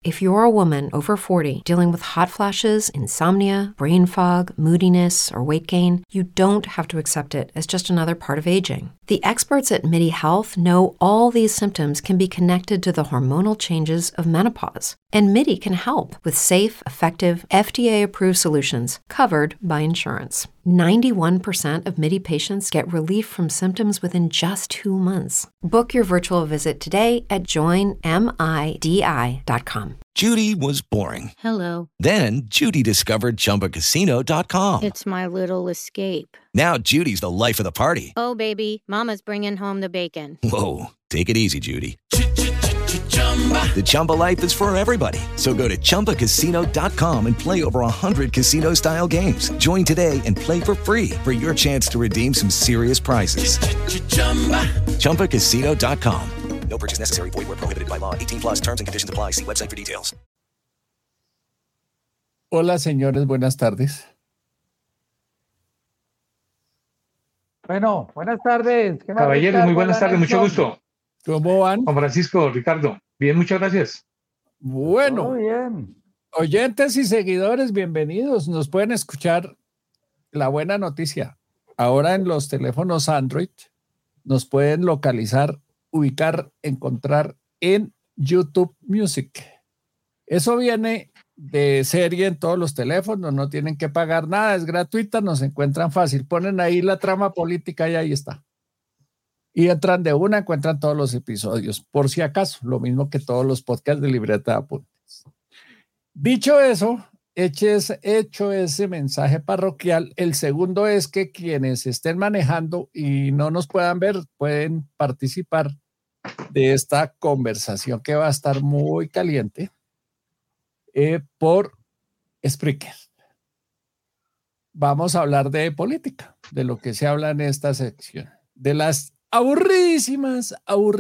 If you're a woman over 40 dealing with hot flashes, insomnia, brain fog, moodiness, or weight gain, you don't have to accept it as just another part of aging. The experts at MIDI Health know all these symptoms can be connected to the hormonal changes of menopause. And MIDI can help with safe, effective, FDA-approved solutions covered by insurance. 91% of MIDI patients get relief from symptoms within just 2 months. Book your virtual visit today at joinmidi.com. Judy was boring. Hello. Then Judy discovered ChumbaCasino.com. It's my little escape. Now Judy's the life of the party. Oh, baby, mama's bringing home the bacon. Whoa, take it easy, Judy. The Chumba life is for everybody. So go to ChumbaCasino.com and play over 100 casino-style games. Join today and play for free for your chance to redeem some serious prizes. ChumbaCasino.com. No purchase necessary. Void where prohibited by law. 18 plus terms and conditions apply. See website for details. Hola, señores. Buenas tardes. Bueno, buenas tardes. ¿Qué más, Caballeros, Ricardo? muy buenas tardes, mucho gusto. ¿Cómo van? Juan Francisco, Ricardo, bien, muchas gracias. Bueno, Todo bien. oyentes y seguidores, bienvenidos. Nos pueden escuchar la buena noticia. Ahora en los teléfonos Android nos pueden localizar, ubicar, encontrar en YouTube Music. Eso viene de serie en todos los teléfonos, no tienen que pagar nada, es gratuita, nos encuentran fácil. Ponen ahí la trama política y ahí está. Y entran de una, encuentran todos los episodios, por si acaso, lo mismo que todos los podcasts de Libreta de Apuntes. Dicho eso, hecho ese mensaje parroquial, el segundo es que quienes estén manejando y no nos puedan ver, pueden participar de esta conversación que va a estar muy caliente por Spreaker. Vamos a hablar de política, de lo que se habla en esta sección, de las aburridísimas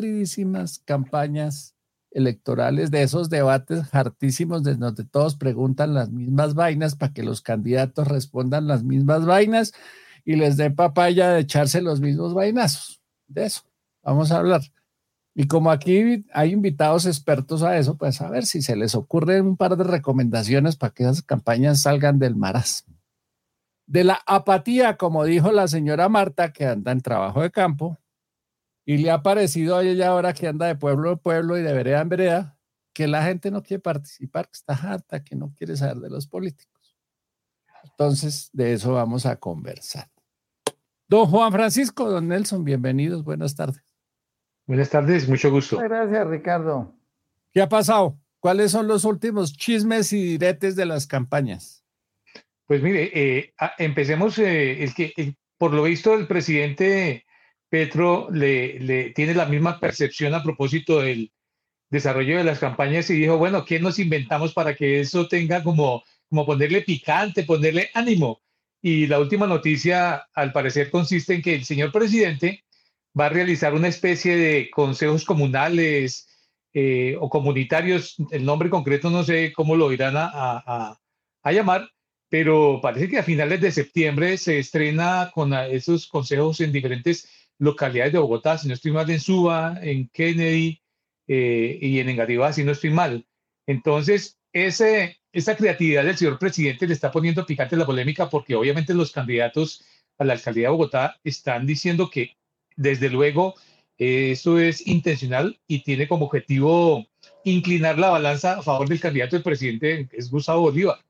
campañas electorales, de esos debates hartísimos de donde todos preguntan las mismas vainas para que los candidatos respondan las mismas vainas y les dé papaya de echarse los mismos vainazos. De eso vamos a hablar. Y como aquí hay invitados expertos a eso, pues a ver si se les ocurre un par de recomendaciones para que esas campañas salgan del marasmo. De la apatía, como dijo la señora Marta, que anda en trabajo de campo, y le ha parecido a ella ahora que anda de pueblo en pueblo y de vereda en vereda, que la gente no quiere participar, que está harta, que no quiere saber de los políticos. Entonces, de eso vamos a conversar. Don Juan Francisco, don Nelson, bienvenidos, buenas tardes. Buenas tardes, mucho gusto. Muchas gracias, Ricardo. ¿Qué ha pasado? ¿Cuáles son los últimos chismes y diretes de las campañas? Pues mire, empecemos, por lo visto el presidente Petro le tiene la misma percepción a propósito del desarrollo de las campañas y dijo, bueno, ¿qué nos inventamos para que eso tenga como ponerle picante, ponerle ánimo? Y la última noticia, al parecer, consiste en que el señor presidente va a realizar una especie de consejos comunales o comunitarios, el nombre concreto no sé cómo lo irán a llamar, pero parece que a finales de septiembre se estrena con esos consejos en diferentes localidades de Bogotá, si no estoy mal, en Suba, en Kennedy y en Engativá, si no estoy mal. Entonces, esa creatividad del señor presidente le está poniendo picante la polémica porque obviamente los candidatos a la alcaldía de Bogotá están diciendo que desde luego eso es intencional y tiene como objetivo inclinar la balanza a favor del candidato del presidente, que es Gustavo Bolívar.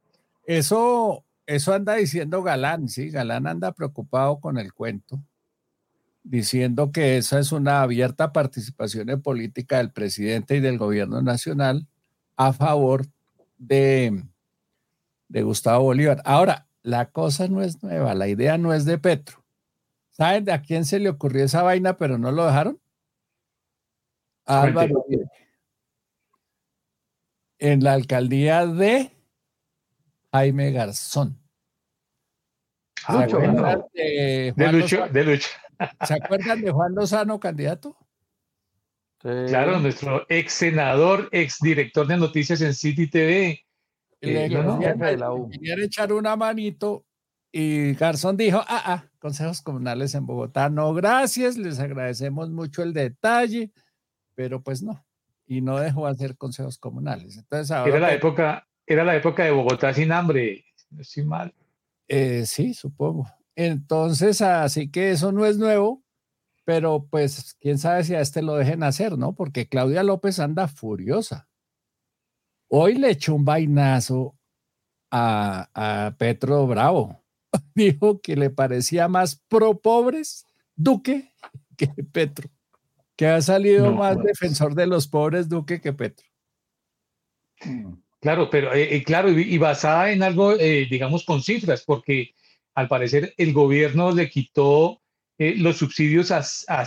Eso anda diciendo Galán, ¿sí? Galán anda preocupado con el cuento, diciendo que esa es una abierta participación en política del presidente y del gobierno nacional a favor de Gustavo Bolívar. Ahora, la cosa no es nueva, la idea no es de Petro. ¿Saben de a quién se le ocurrió esa vaina, pero no lo dejaron? A Álvaro Uribe. En la alcaldía de Jaime Garzón. Bueno. De Lucho. ¿Se acuerdan de Juan Lozano, candidato? Sí. Claro, nuestro ex senador, ex director de noticias en City TV. Le querían echar una manito y Garzón dijo, consejos comunales en Bogotá, no, gracias, les agradecemos mucho el detalle, pero pues no. y no dejó hacer consejos comunales. Entonces ahora Era la época de Bogotá sin hambre, no estoy mal. sí, supongo. Entonces, así que eso no es nuevo, pero pues quién sabe si a este lo dejen hacer, ¿no? Porque Claudia López anda furiosa. Hoy le echó un vainazo a Petro Bravo. Dijo que le parecía más pro pobres Duque que Petro, que ha salido No, más defensor de los pobres Duque que Petro. claro, pero claro, y basada en algo, digamos, con cifras, porque al parecer el gobierno le quitó los subsidios a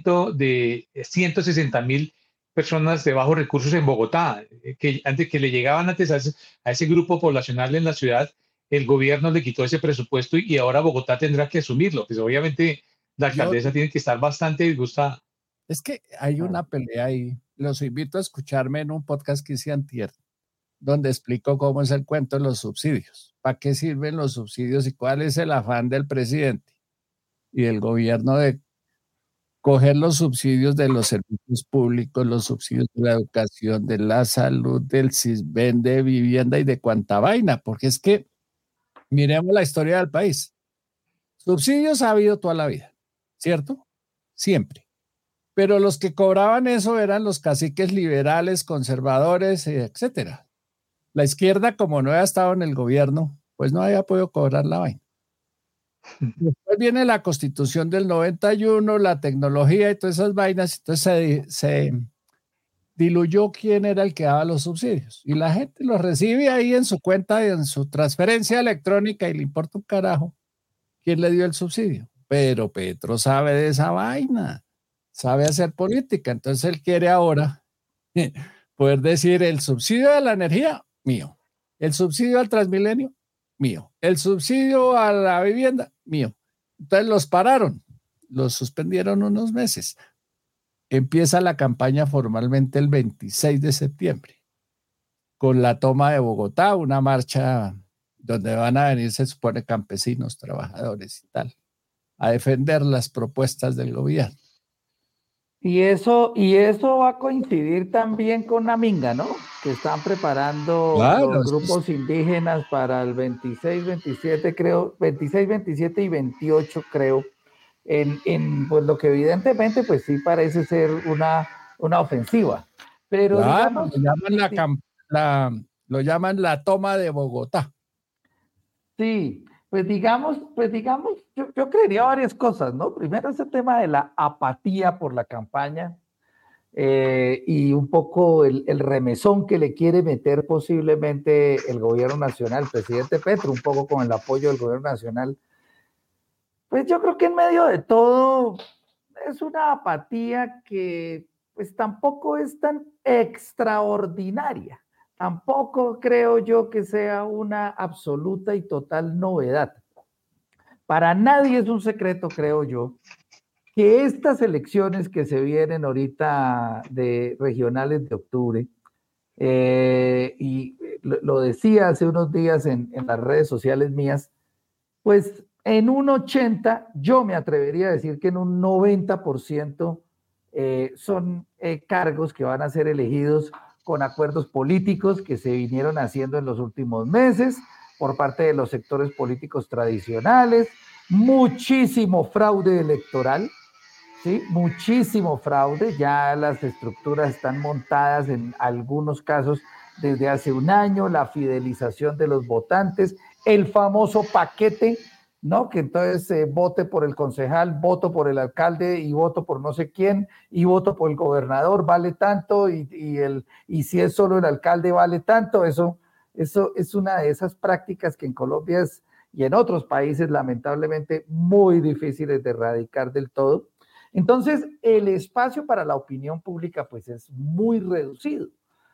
160.000 personas de bajos recursos en Bogotá, que antes que le llegaban antes a ese grupo poblacional en la ciudad, el gobierno le quitó ese presupuesto y ahora Bogotá tendrá que asumirlo. Pues obviamente la alcaldesa tiene que estar bastante disgustada. Es que hay una pelea ahí. Los invito a escucharme en un podcast que hice antier, donde explico cómo es el cuento de los subsidios, para qué sirven los subsidios y cuál es el afán del presidente y del gobierno de coger los subsidios de los servicios públicos, los subsidios de la educación, de la salud, del CISBEN, de vivienda y de cuanta vaina, porque es que miremos la historia del país. Subsidios ha habido toda la vida, ¿cierto? Siempre. Pero los que cobraban eso eran los caciques liberales, conservadores, etcétera. La izquierda, como no había estado en el gobierno, pues no había podido cobrar la vaina. Después viene la Constitución del 91, la tecnología y todas esas vainas, entonces se diluyó quién era el que daba los subsidios. Y la gente los recibe ahí en su cuenta, en su transferencia electrónica y le importa un carajo quién le dio el subsidio. Pero Petro sabe de esa vaina, sabe hacer política, entonces él quiere ahora poder decir el subsidio de la energía, mío. El subsidio al Transmilenio, mío. El subsidio a la vivienda, mío. Entonces los pararon, los suspendieron unos meses. Empieza la campaña formalmente el 26 de septiembre, con la toma de Bogotá, una marcha donde van a venir, se supone, campesinos, trabajadores y tal, a defender las propuestas del gobierno. Y eso va a coincidir también con la minga, ¿no? Que están preparando los grupos indígenas para el 26, 27, creo, 26, 27 y 28, creo, pues lo que evidentemente, pues sí parece ser una ofensiva. Pero claro, digamos, lo llaman la toma de Bogotá. Sí, pues digamos, yo creería varias cosas, ¿no? Primero ese tema de la apatía por la campaña y un poco el remesón que le quiere meter posiblemente el gobierno nacional, el presidente Petro, un poco con el apoyo del gobierno nacional. Pues yo creo que en medio de todo es una apatía que pues tampoco es tan extraordinaria. Tampoco creo yo que sea una absoluta y total novedad. Para nadie es un secreto, creo yo, que estas elecciones que se vienen ahorita de regionales de octubre, y lo decía hace unos días en las redes sociales mías, pues en un 80, yo me atrevería a decir que en un 90% son cargos que van a ser elegidos con acuerdos políticos que se vinieron haciendo en los últimos meses por parte de los sectores políticos tradicionales, muchísimo fraude electoral, ¿sí? Muchísimo fraude, ya las estructuras están montadas en algunos casos desde hace un año, la fidelización de los votantes, el famoso paquete, ¿no? Que entonces vote por el concejal, voto por el alcalde y voto por no sé quién y voto por el gobernador, vale tanto y si es solo el alcalde vale tanto. Eso es una de esas prácticas que en Colombia y en otros países lamentablemente muy difíciles de erradicar del todo. Entonces el espacio para la opinión pública pues es muy reducido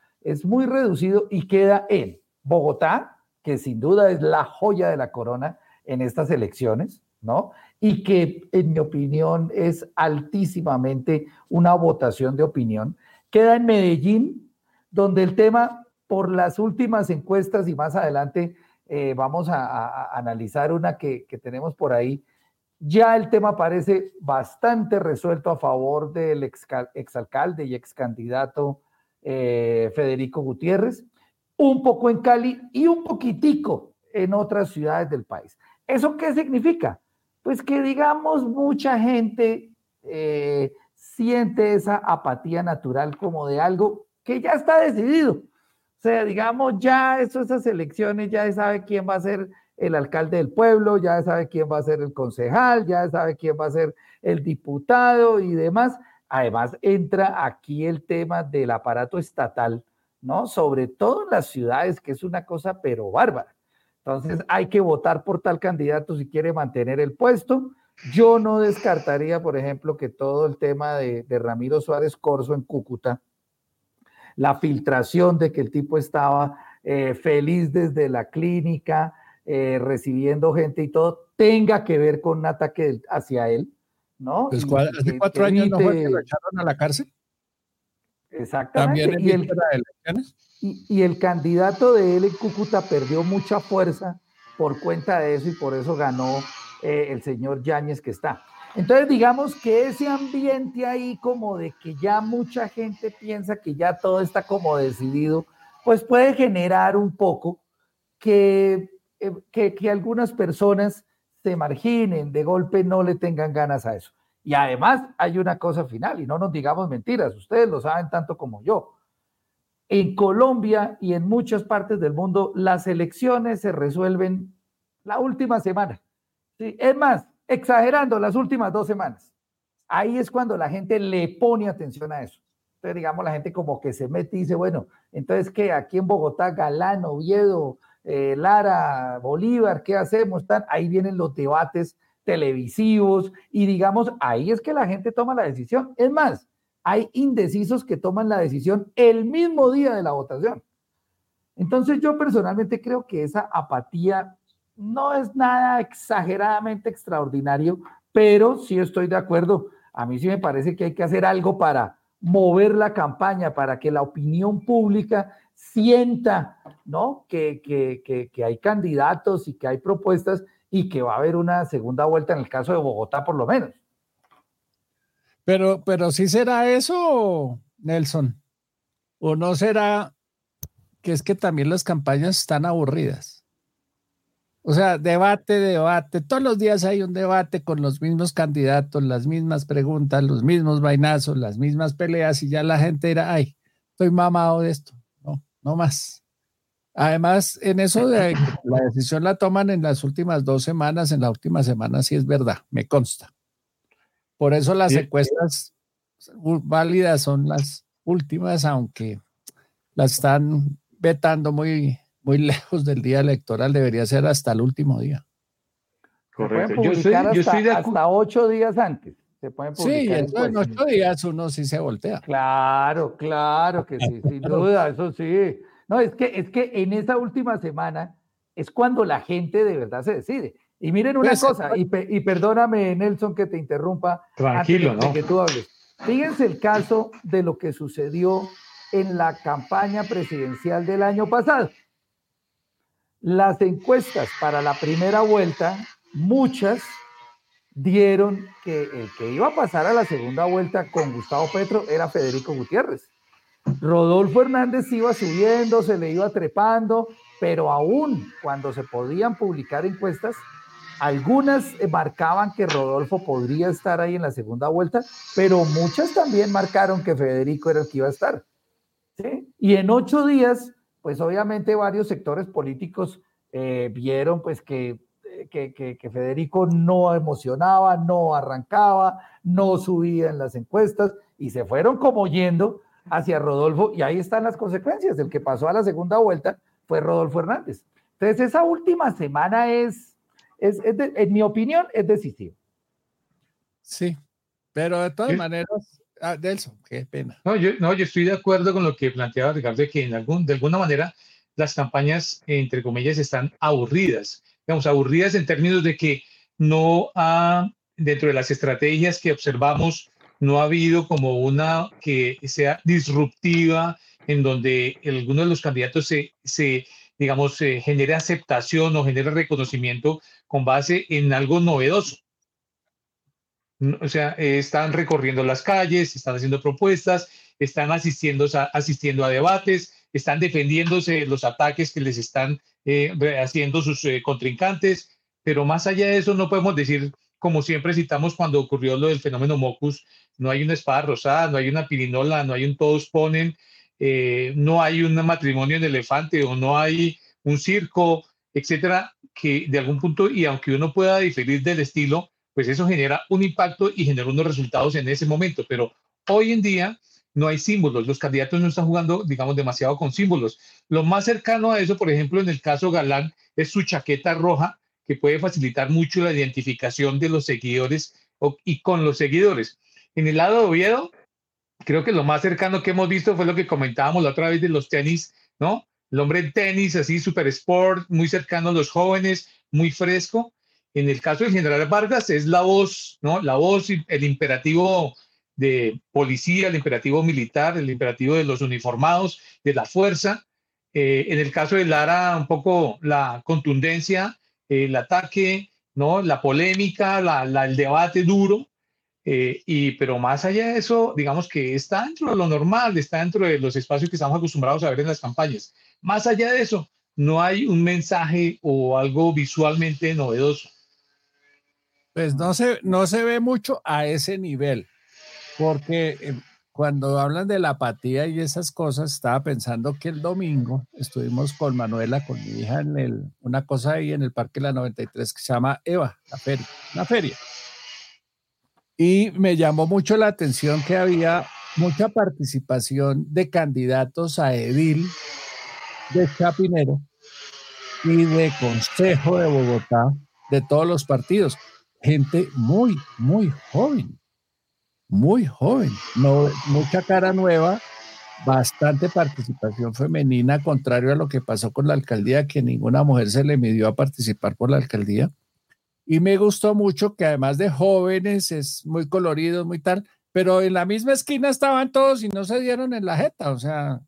y queda en Bogotá, que sin duda es la joya de la corona en estas elecciones, ¿no? Y que, en mi opinión, es altísimamente una votación de opinión. Queda en Medellín, donde el tema, por las últimas encuestas, y más adelante vamos a analizar una que tenemos por ahí, ya el tema parece bastante resuelto a favor del exalcalde y excandidato Federico Gutiérrez, un poco en Cali y un poquitico en otras ciudades del país. ¿Eso qué significa? Pues que, digamos, mucha gente siente esa apatía natural como de algo que ya está decidido. O sea, digamos, ya esas elecciones, ya sabe quién va a ser el alcalde del pueblo, ya sabe quién va a ser el concejal, ya sabe quién va a ser el diputado y demás. Además, entra aquí el tema del aparato estatal, ¿no? Sobre todo en las ciudades, que es una cosa pero bárbara. Entonces, hay que votar por tal candidato si quiere mantener el puesto. Yo no descartaría, por ejemplo, que todo el tema de Ramiro Suárez Corzo en Cúcuta, la filtración de que el tipo estaba feliz desde la clínica, recibiendo gente y todo, tenga que ver con un ataque hacia él, ¿no? Pues hace 4 años no fue que lo echaron a la cárcel. Exactamente. También y el candidato de él en Cúcuta perdió mucha fuerza por cuenta de eso y por eso ganó el señor Yáñez que está. Entonces, digamos que ese ambiente ahí como de que ya mucha gente piensa que ya todo está como decidido, pues puede generar un poco que algunas personas se marginen, de golpe no le tengan ganas a eso. Y además hay una cosa final, y no nos digamos mentiras, ustedes lo saben tanto como yo. En Colombia y en muchas partes del mundo, las elecciones se resuelven la última semana. ¿Sí? Es más, exagerando, las últimas 2 semanas. Ahí es cuando la gente le pone atención a eso. Entonces, digamos, la gente como que se mete y dice, bueno, entonces, ¿qué? Aquí en Bogotá, Galán, Oviedo, Lara, Bolívar, ¿qué hacemos? Ahí vienen los debates televisivos y, digamos, ahí es que la gente toma la decisión. Es más, hay indecisos que toman la decisión el mismo día de la votación. Entonces, yo personalmente creo que esa apatía no es nada exageradamente extraordinario, pero sí estoy de acuerdo. A mí sí me parece que hay que hacer algo para mover la campaña, para que la opinión pública sienta, ¿no? que hay candidatos y que hay propuestas y que va a haber una segunda vuelta en el caso de Bogotá, por lo menos. Pero ¿sí será eso, Nelson? ¿O no será que es que también las campañas están aburridas? O sea, debate, todos los días hay un debate con los mismos candidatos, las mismas preguntas, los mismos vainazos, las mismas peleas y ya la gente dirá, ay, estoy mamado de esto, no más. Además, en eso de la decisión la toman en las últimas 2 semanas, en la última semana sí es verdad, me consta. Por eso las encuestas válidas son las últimas, aunque las están vetando muy lejos del día electoral, debería ser hasta el último día. Correcto. Yo estoy hasta 8 días antes. Se pueden publicar. Sí, en 8 días uno sí se voltea. Claro que sí, sin duda, eso sí. No, es que en esa última semana es cuando la gente de verdad se decide. Y miren una cosa, y perdóname, Nelson, que te interrumpa. Tranquilo, antes de que tú hables. Fíjense el caso de lo que sucedió en la campaña presidencial del año pasado. Las encuestas para la primera vuelta, muchas dieron que el que iba a pasar a la segunda vuelta con Gustavo Petro era Federico Gutiérrez. Rodolfo Hernández iba subiendo, se le iba trepando, pero aún cuando se podían publicar encuestas, algunas marcaban que Rodolfo podría estar ahí en la segunda vuelta, pero muchas también marcaron que Federico era el que iba a estar. ¿Sí? Y en 8 días, pues obviamente varios sectores políticos vieron pues que Federico no emocionaba, no arrancaba, no subía en las encuestas y se fueron como yendo hacia Rodolfo y ahí están las consecuencias. El que pasó a la segunda vuelta fue Rodolfo Hernández. Entonces esa última semana en mi opinión, es decisiva. Sí, pero de todas maneras, Nelson, qué pena. No, yo estoy de acuerdo con lo que planteaba Ricardo, de que de alguna manera las campañas, entre comillas, están aburridas. Digamos, aburridas en términos de que dentro de las estrategias que observamos, no ha habido como una que sea disruptiva, en donde alguno de los candidatos genere aceptación o genere reconocimiento con base en algo novedoso. O sea, están recorriendo las calles, están haciendo propuestas están asistiendo a debates, están defendiéndose de los ataques que les están haciendo sus contrincantes, pero más allá de eso no podemos decir, como siempre citamos cuando ocurrió lo del fenómeno Mocus, no hay una espada rosada, no hay una pirinola, no hay un todos ponen, no hay un matrimonio en elefante o no hay un circo, etcétera, que de algún punto, y aunque uno pueda diferir del estilo, pues eso genera un impacto y genera unos resultados en ese momento, pero hoy en día no hay símbolos, los candidatos no están jugando, digamos, demasiado con símbolos. Lo más cercano a eso, por ejemplo, en el caso Galán, es su chaqueta roja, que puede facilitar mucho la identificación de los seguidores y con los seguidores. En el lado de Oviedo, creo que lo más cercano que hemos visto fue lo que comentábamos la otra vez de los tenis, ¿no? El hombre en tenis, así super sport, muy cercano a los jóvenes, muy fresco. En el caso del general Vargas es la voz, ¿no? La voz, el imperativo de policía, el imperativo militar, el imperativo de los uniformados, de la fuerza. En el caso de Lara, un poco la contundencia, el ataque, ¿no? La polémica, el debate duro. Pero más allá de eso, digamos que está dentro de lo normal, está dentro de los espacios que estamos acostumbrados a ver en las campañas. Más allá de eso, no hay un mensaje o algo visualmente novedoso. Pues no se ve mucho a ese nivel, porque cuando hablan de la apatía y esas cosas, estaba pensando que el domingo estuvimos con Manuela, con mi hija, en una cosa ahí en el Parque La 93 que se llama EVA, una feria. Y me llamó mucho la atención que había mucha participación de candidatos a edil de Chapinero y de Consejo de Bogotá, de todos los partidos. Gente muy, muy joven, no, mucha cara nueva, bastante participación femenina, contrario a lo que pasó con la alcaldía, que ninguna mujer se le midió a participar por la alcaldía. Y me gustó mucho que además de jóvenes, es muy colorido, muy tal, pero en la misma esquina estaban todos y no se dieron en la jeta, o sea,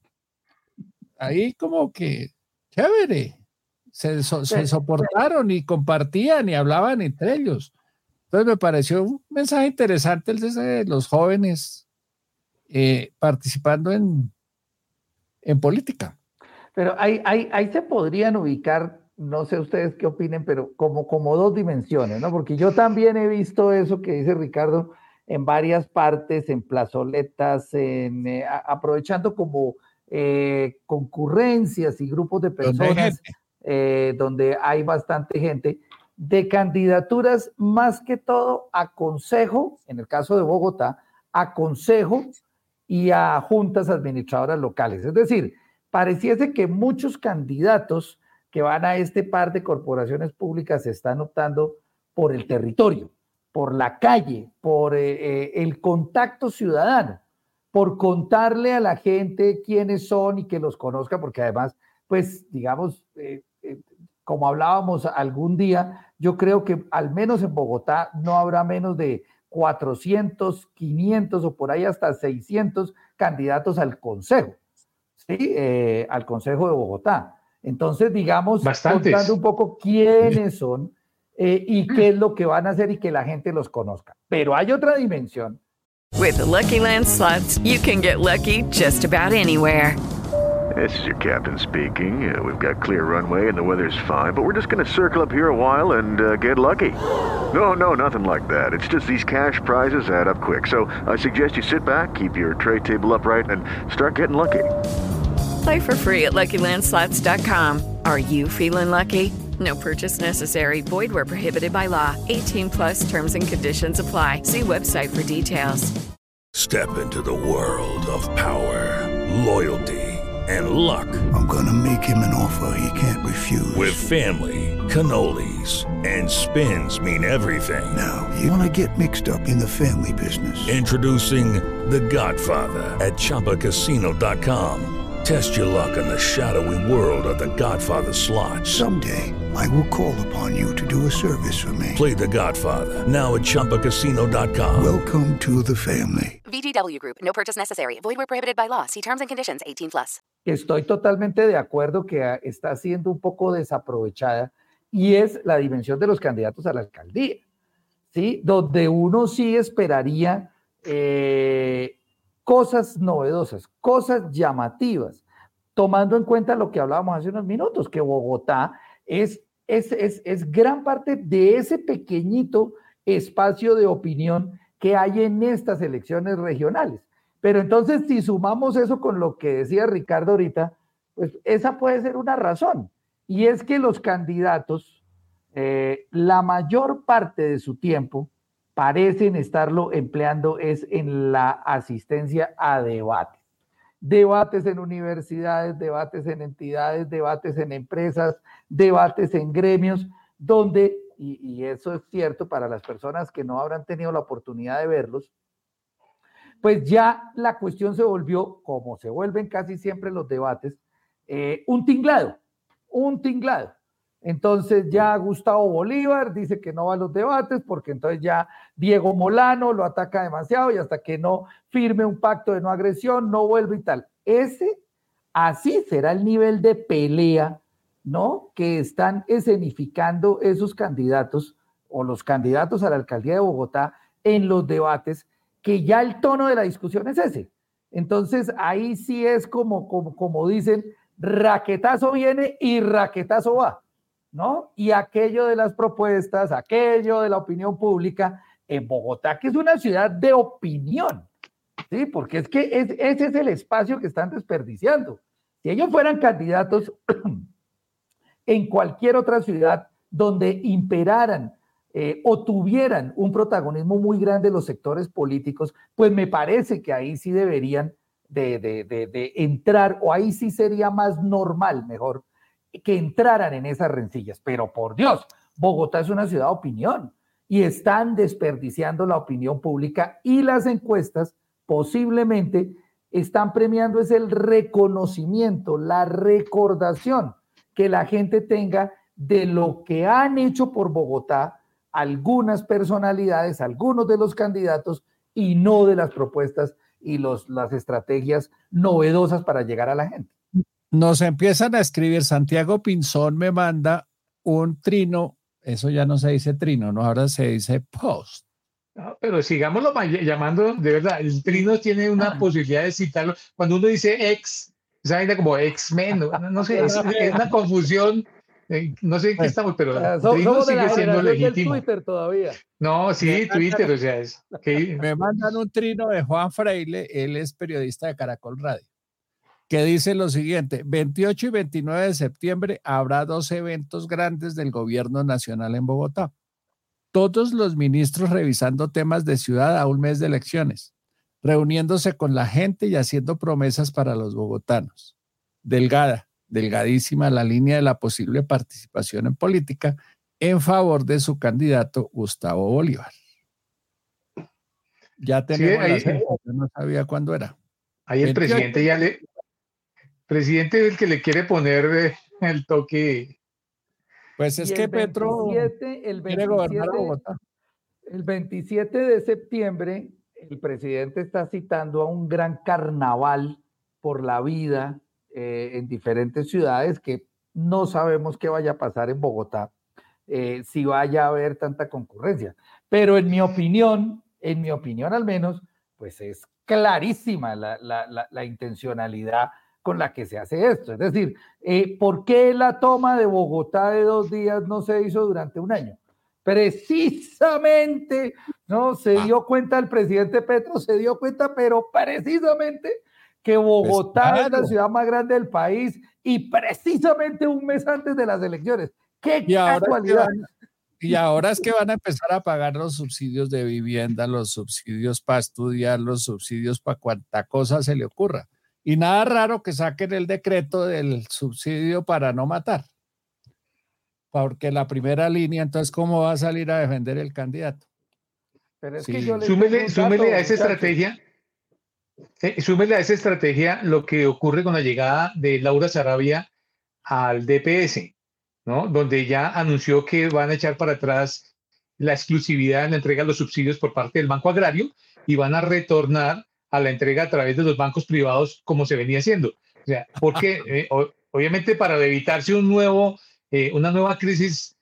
ahí como que chévere, se soportaron y compartían y hablaban entre ellos. Entonces me pareció un mensaje interesante el de los jóvenes participando en política. Pero ahí se podrían ubicar, no sé ustedes qué opinen, pero como dos dimensiones, ¿no? Porque yo también he visto eso que dice Ricardo en varias partes, en plazoletas, aprovechando como concurrencias y grupos de personas donde hay bastante gente, de candidaturas más que todo a consejo, en el caso de Bogotá, a consejo y a juntas administradoras locales. Es decir, pareciese que muchos candidatos que van a este par de corporaciones públicas están optando por el territorio, por la calle, por el contacto ciudadano, por contarle a la gente quiénes son y que los conozca, porque además, pues, digamos, como hablábamos algún día, yo creo que al menos en Bogotá no habrá menos de 400, 500 o por ahí hasta 600 candidatos al Consejo, ¿sí? Al Consejo de Bogotá. Entonces, digamos, bastantes, contando un poco quiénes son y qué es lo que van a hacer y que la gente los conozca. Pero hay otra dimensión. With the Lucky Land Slots, you can get lucky just about anywhere. This is your captain speaking. We've got clear runway and the weather's fine, but we're just going to circle up here a while and get lucky. No, nothing like that. It's just these cash prizes add up quick. So I suggest you sit back, keep your tray table upright, and start getting lucky. Play for free at LuckyLandSlots.com. Are you feeling lucky? No purchase necessary. Void where prohibited by law. 18+ terms and conditions apply. See website for details. Step into the world of power, loyalty, and luck. I'm gonna make him an offer he can't refuse. With family, cannolis, and spins mean everything. Now, you wanna get mixed up in the family business. Introducing The Godfather at ChumbaCasino.com. Test your luck in the shadowy world of The Godfather slot. Someday, I will call upon you to do a service for me. Play The Godfather, now at ChumbaCasino.com. Welcome to the family. VGW Group. No purchase necessary. Void where prohibited by law. See terms and conditions. 18+. Estoy totalmente de acuerdo que está siendo un poco desaprovechada y es la dimensión de los candidatos a la alcaldía, ¿sí? Donde uno sí esperaría cosas novedosas, cosas llamativas, tomando en cuenta lo que hablábamos hace unos minutos, que Bogotá es gran parte de ese pequeñito espacio de opinión que hay en estas elecciones regionales. Pero entonces, si sumamos eso con lo que decía Ricardo ahorita, pues esa puede ser una razón. Y es que los candidatos, la mayor parte de su tiempo, parecen estarlo empleando es en la asistencia a debates. Debates en universidades, debates en entidades, debates en empresas, debates en gremios, donde, y eso es cierto para las personas que no habrán tenido la oportunidad de verlos, pues ya la cuestión se volvió, como se vuelven casi siempre los debates, un tinglado. Entonces ya Gustavo Bolívar dice que no va a los debates porque entonces ya Diego Molano lo ataca demasiado y hasta que no firme un pacto de no agresión no vuelve y tal. Así será el nivel de pelea, ¿no?, que están escenificando esos candidatos o los candidatos a la alcaldía de Bogotá en los debates, que ya el tono de la discusión es ese. Entonces ahí sí es como dicen, raquetazo viene y raquetazo va, ¿no? Y aquello de las propuestas, aquello de la opinión pública en Bogotá, que es una ciudad de opinión, ¿sí? Porque es que ese es el espacio que están desperdiciando. Si ellos fueran candidatos en cualquier otra ciudad donde imperaran o tuvieran un protagonismo muy grande los sectores políticos, pues me parece que ahí sí deberían de entrar, o ahí sí sería más normal, mejor, que entraran en esas rencillas. Pero por Dios, Bogotá es una ciudad de opinión y están desperdiciando la opinión pública, y las encuestas posiblemente están premiando es el reconocimiento, la recordación que la gente tenga de lo que han hecho por Bogotá algunas personalidades, algunos de los candidatos, y no de las propuestas y las estrategias novedosas para llegar a la gente. Nos empiezan a escribir, Santiago Pinzón me manda un trino, eso ya no se dice trino, ¿no? Ahora se dice post. No, pero sigámoslo llamando, de verdad, el trino tiene una posibilidad de citarlo. Cuando uno dice ex, esa vaina como X-Men, no sé, es una confusión. No sé en qué estamos, pero Trino sigue siendo legítimo. Twitter todavía. No, sí, Twitter, o sea, es que... Me mandan un trino de Juan Freile, él es periodista de Caracol Radio, que dice lo siguiente: 28 y 29 de septiembre habrá 2 eventos grandes del gobierno nacional en Bogotá. Todos los ministros revisando temas de ciudad a un mes de elecciones, reuniéndose con la gente y haciendo promesas para los bogotanos. Delgadísima la línea de la posible participación en política en favor de su candidato Gustavo Bolívar. Ya tenemos la fecha, yo no sabía cuándo era. Ahí el presidente presidente es el que le quiere poner el toque. Pues es que Petro quiere gobernar a Bogotá. El 27 de septiembre el presidente está citando a un gran carnaval por la vida en diferentes ciudades, que no sabemos qué vaya a pasar en Bogotá, si vaya a haber tanta concurrencia. Pero en mi opinión al menos, pues es clarísima la intencionalidad con la que se hace esto. Es decir, ¿por qué la toma de Bogotá de 2 días no se hizo durante un año? Precisamente, ¿no? Se dio cuenta el presidente Petro, pero precisamente que Bogotá pues, claro, es la ciudad más grande del país, y precisamente un mes antes de las elecciones. ¡Qué casualidad! Y ahora es que van a empezar a pagar los subsidios de vivienda, los subsidios para estudiar, los subsidios para cuanta cosa se le ocurra. Y nada raro que saquen el decreto del subsidio para no matar. Porque la primera línea, entonces, ¿cómo va a salir a defender el candidato? Pero es sí. que yo súmele a esa estrategia. Súmele a esa estrategia lo que ocurre con la llegada de Laura Sarabia al DPS, ¿no? Donde ya anunció que van a echar para atrás la exclusividad en la entrega de los subsidios por parte del Banco Agrario y van a retornar a la entrega a través de los bancos privados como se venía haciendo. O sea, porque obviamente para evitarse una nueva crisis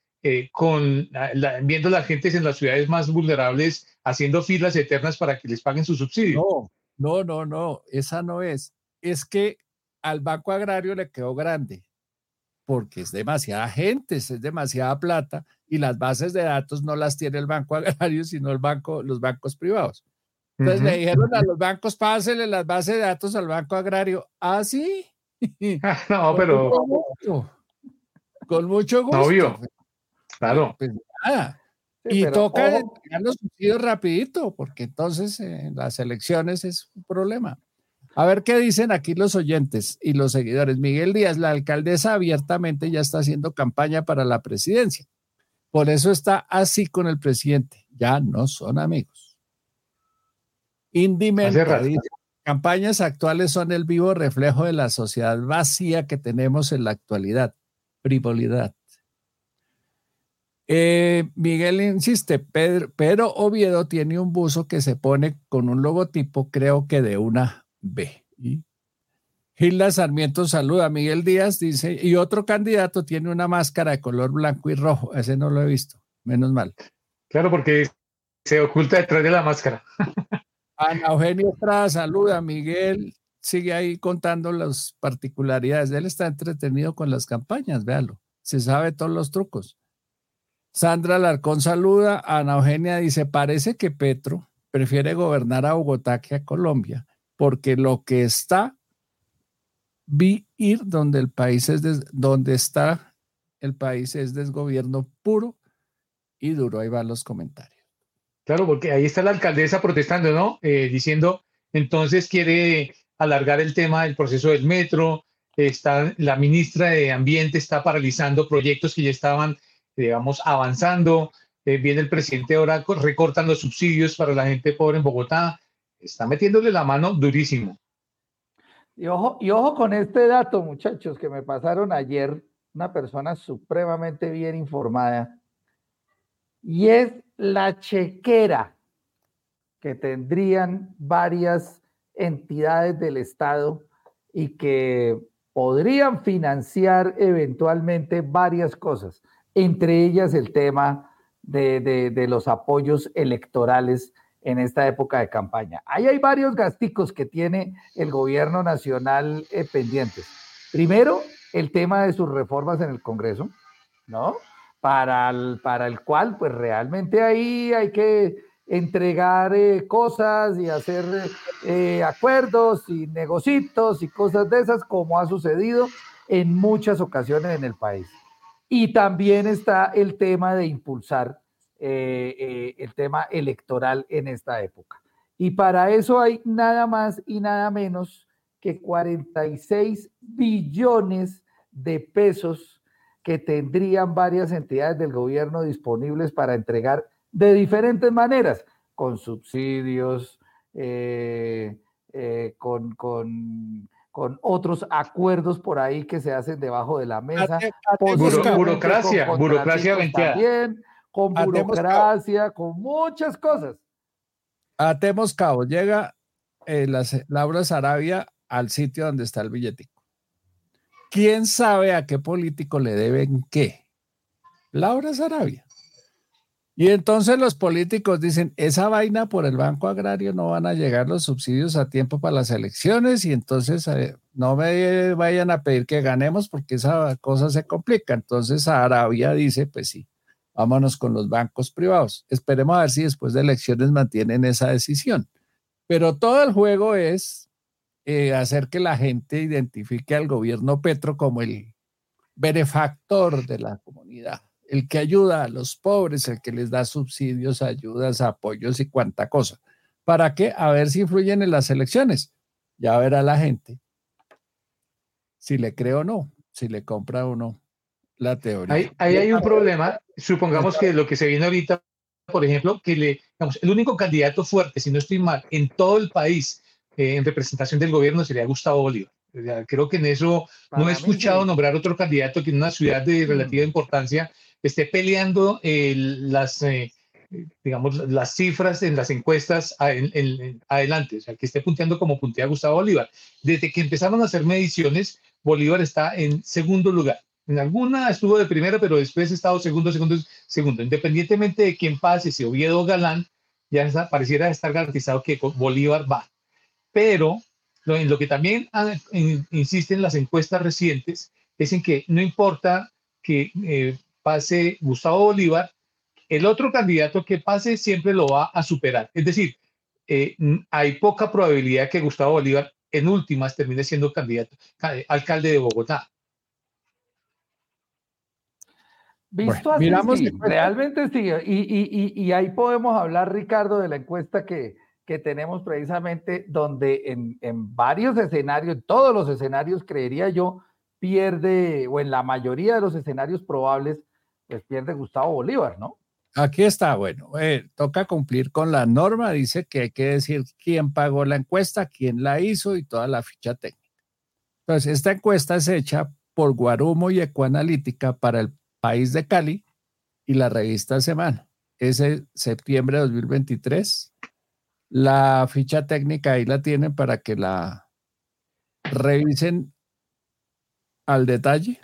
viendo a las gentes en las ciudades más vulnerables haciendo filas eternas para que les paguen sus subsidios. No, esa no es. Es que al Banco Agrario le quedó grande, porque es demasiada gente, es demasiada plata, y las bases de datos no las tiene el Banco Agrario, sino los bancos privados. Entonces le dijeron a los bancos, pásenle las bases de datos al Banco Agrario. ¿Ah, sí? No, pero... Con mucho gusto. Obvio, claro. Pues nada. Sí, Y pero toca ojo. entregar los subsidios rapidito, porque entonces en las elecciones es un problema. A ver qué dicen aquí los oyentes y los seguidores. Miguel Díaz, la alcaldesa abiertamente ya está haciendo campaña para la presidencia. Por eso está así con el presidente. Ya no son amigos. Indy Menta dice, campañas actuales son el vivo reflejo de la sociedad vacía que tenemos en la actualidad. Frivolidad. Miguel insiste, pero Oviedo tiene un buzo que se pone con un logotipo, creo que de una B. ¿Y? Gilda Sarmiento saluda. Miguel Díaz dice, y otro candidato tiene una máscara de color blanco y rojo. Ese no lo he visto, menos mal. Claro, porque se oculta detrás de la máscara. Ana Eugenia Estrada saluda. Miguel sigue ahí contando las particularidades. Él está entretenido con las campañas, véalo. Se sabe todos los trucos. Sandra Alarcón saluda. Ana Eugenia dice, parece que Petro prefiere gobernar a Bogotá que a Colombia, porque lo que está ir donde el país es donde está el país es desgobierno puro y duro. Ahí van los comentarios. Claro, porque ahí está la alcaldesa protestando, ¿no? Diciendo, entonces quiere alargar el tema del proceso del metro. Está la ministra de Ambiente está paralizando proyectos que ya estaban, digamos, avanzando. Viene el presidente ahora, recortan los subsidios para la gente pobre en Bogotá. Está metiéndole la mano durísimo. Y ojo con este dato, muchachos, que me pasaron ayer, una persona supremamente bien informada, y es la chequera que tendrían varias entidades del Estado y que podrían financiar eventualmente varias cosas, entre ellas el tema de los apoyos electorales en esta época de campaña. Ahí hay varios gasticos que tiene el gobierno nacional pendientes. Primero, el tema de sus reformas en el Congreso, ¿no? Para el cual, pues realmente ahí hay que entregar cosas y hacer acuerdos y negocitos y cosas de esas, como ha sucedido en muchas ocasiones en el país. Y también está el tema de impulsar el tema electoral en esta época. Y para eso hay nada más y nada menos que 46 billones de pesos que tendrían varias entidades del gobierno disponibles para entregar de diferentes maneras, con subsidios, con otros acuerdos por ahí que se hacen debajo de la mesa. Burocracia venteada. También, con burocracia, con muchas cosas. Atemos cabos. Llega Laura Sarabia al sitio donde está el billetico. ¿Quién sabe a qué político le deben qué? Laura Sarabia. Y entonces los políticos dicen, esa vaina por el Banco Agrario no van a llegar los subsidios a tiempo para las elecciones y entonces no me vayan a pedir que ganemos porque esa cosa se complica. Entonces Sarabia dice, pues sí, vámonos con los bancos privados. Esperemos a ver si después de elecciones mantienen esa decisión. Pero todo el juego es hacer que la gente identifique al gobierno Petro como el benefactor de la comunidad, el que ayuda a los pobres, el que les da subsidios, ayudas, apoyos y cuanta cosa. ¿Para qué? A ver si influyen en las elecciones. Ya verá la gente si le cree o no, si le compra o no la teoría. Ahí hay un problema. Supongamos que lo que se viene ahorita, por ejemplo, que digamos, el único candidato fuerte, si no estoy mal, en todo el país en representación del gobierno sería Gustavo Bolívar. Creo que en eso no he escuchado nombrar otro candidato que en una ciudad de relativa importancia esté peleando las cifras en las encuestas adelante, o sea, que esté punteando como puntea Gustavo Bolívar. Desde que empezaron a hacer mediciones, Bolívar está en segundo lugar. En alguna estuvo de primero, pero después ha estado segundo. Independientemente de quién pase, si Oviedo o Galán, ya pareciera estar garantizado que Bolívar va. pero en lo que también insisten las encuestas recientes es en que no importa que pase Gustavo Bolívar, el otro candidato que pase siempre lo va a superar. Es decir, hay poca probabilidad que Gustavo Bolívar en últimas termine siendo alcalde de Bogotá. Visto así, sí, realmente sí. Y ahí podemos hablar, Ricardo, de la encuesta que tenemos precisamente, donde en varios escenarios, en todos los escenarios, creería yo, pierde, o en la mayoría de los escenarios probables, pues pierde Gustavo Bolívar, ¿no? Aquí está, bueno, toca cumplir con la norma, dice que hay que decir quién pagó la encuesta, quién la hizo y toda la ficha técnica. Entonces, esta encuesta es hecha por Guarumo y Ecoanalítica para el País de Cali y la revista Semana. Ese septiembre de 2023. La ficha técnica ahí la tienen para que la revisen al detalle.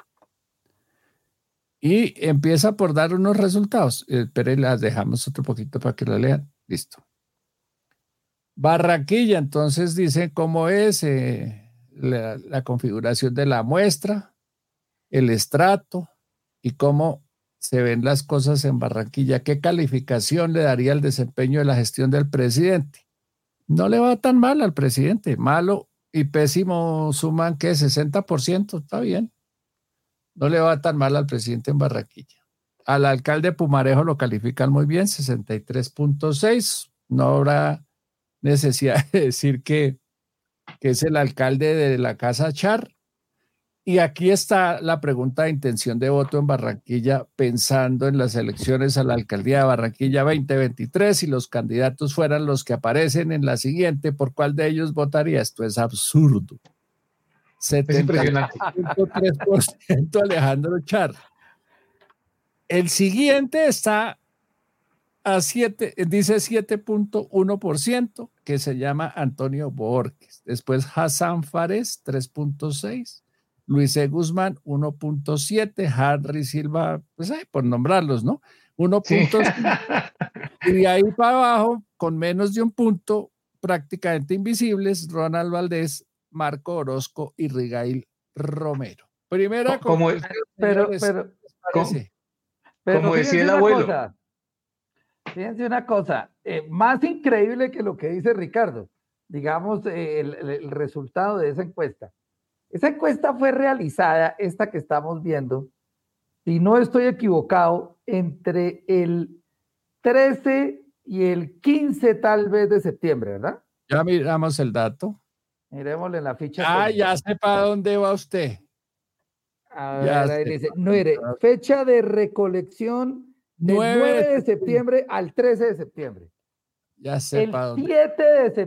Y empieza por dar unos resultados. Pero las dejamos otro poquito para que la lean. Listo. Barranquilla, entonces dice cómo es la configuración de la muestra, el estrato y cómo se ven las cosas en Barranquilla. ¿Qué calificación le daría el desempeño de la gestión del presidente? No le va tan mal al presidente. Malo y pésimo suman que 60%. Está bien. No le va tan mal al presidente en Barranquilla. Al alcalde Pumarejo lo califican muy bien, 63.6. No habrá necesidad de decir que es el alcalde de la Casa Char. Y aquí está la pregunta de intención de voto en Barranquilla, pensando en las elecciones a la alcaldía de Barranquilla 2023, si los candidatos fueran los que aparecen en la siguiente, ¿por cuál de ellos votaría? Esto es absurdo. 70.3% Alejandro Char. El siguiente está a 7, dice 7.1%, que se llama Antonio Borges. Después Hassan Fares, 3.6%. Luis E. Guzmán, 1.7%. Harry Silva, pues por nombrarlos, ¿no? 1.5%. Sí. Y de ahí para abajo, con menos de un punto, prácticamente invisibles, Ronald Valdés, Marco Orozco y Rigail Romero. Primera, como decía el abuelo. Fíjense una cosa, más increíble que lo que dice Ricardo, digamos, el resultado de esa encuesta. Esa encuesta fue realizada, esta que estamos viendo, si no estoy equivocado, entre el 13 y el 15 tal vez de septiembre, ¿verdad? Ya miramos el dato. Miremosle en la ficha. Ah, ya sé para dónde va usted. A ver, ahí dice, fecha de recolección del 9 de septiembre al 13 de septiembre. Ya sé el para dónde. 7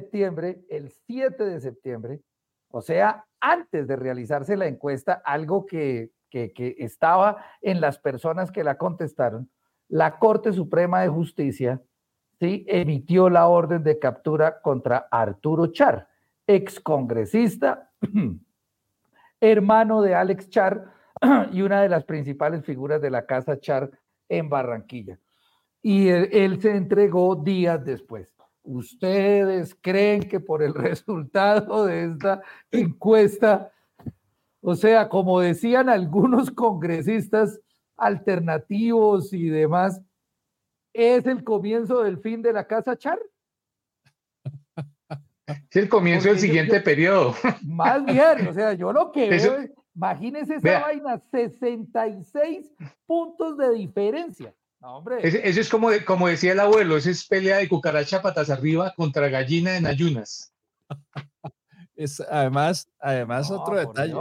de septiembre, o sea, antes de realizarse la encuesta, algo que estaba en las personas que la contestaron, la Corte Suprema de Justicia, ¿sí?, emitió la orden de captura contra Arturo Char, excongresista, hermano de Alex Char y una de las principales figuras de la Casa Char en Barranquilla. Y él se entregó días después. ¿Ustedes creen que por el resultado de esta encuesta, o sea, como decían algunos congresistas alternativos y demás, es el comienzo del fin de la Casa Char? Es el comienzo del siguiente periodo. Más bien, o sea, yo lo que veo es, imagínense esa vaina, 66 puntos de diferencia. No, hombre. Eso es como decía el abuelo, eso es pelea de cucaracha patas arriba contra gallina en ayunas. Es, además otro detalle,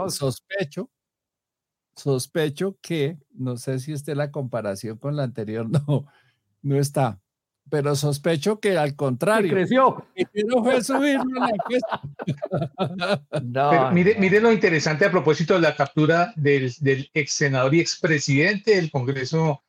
sospecho que, no sé si esté la comparación con la anterior, no está, pero sospecho que al contrario. Creció. Que no fue subirlo en la encuesta. Pero mire lo interesante a propósito de la captura del ex senador y expresidente del Congreso,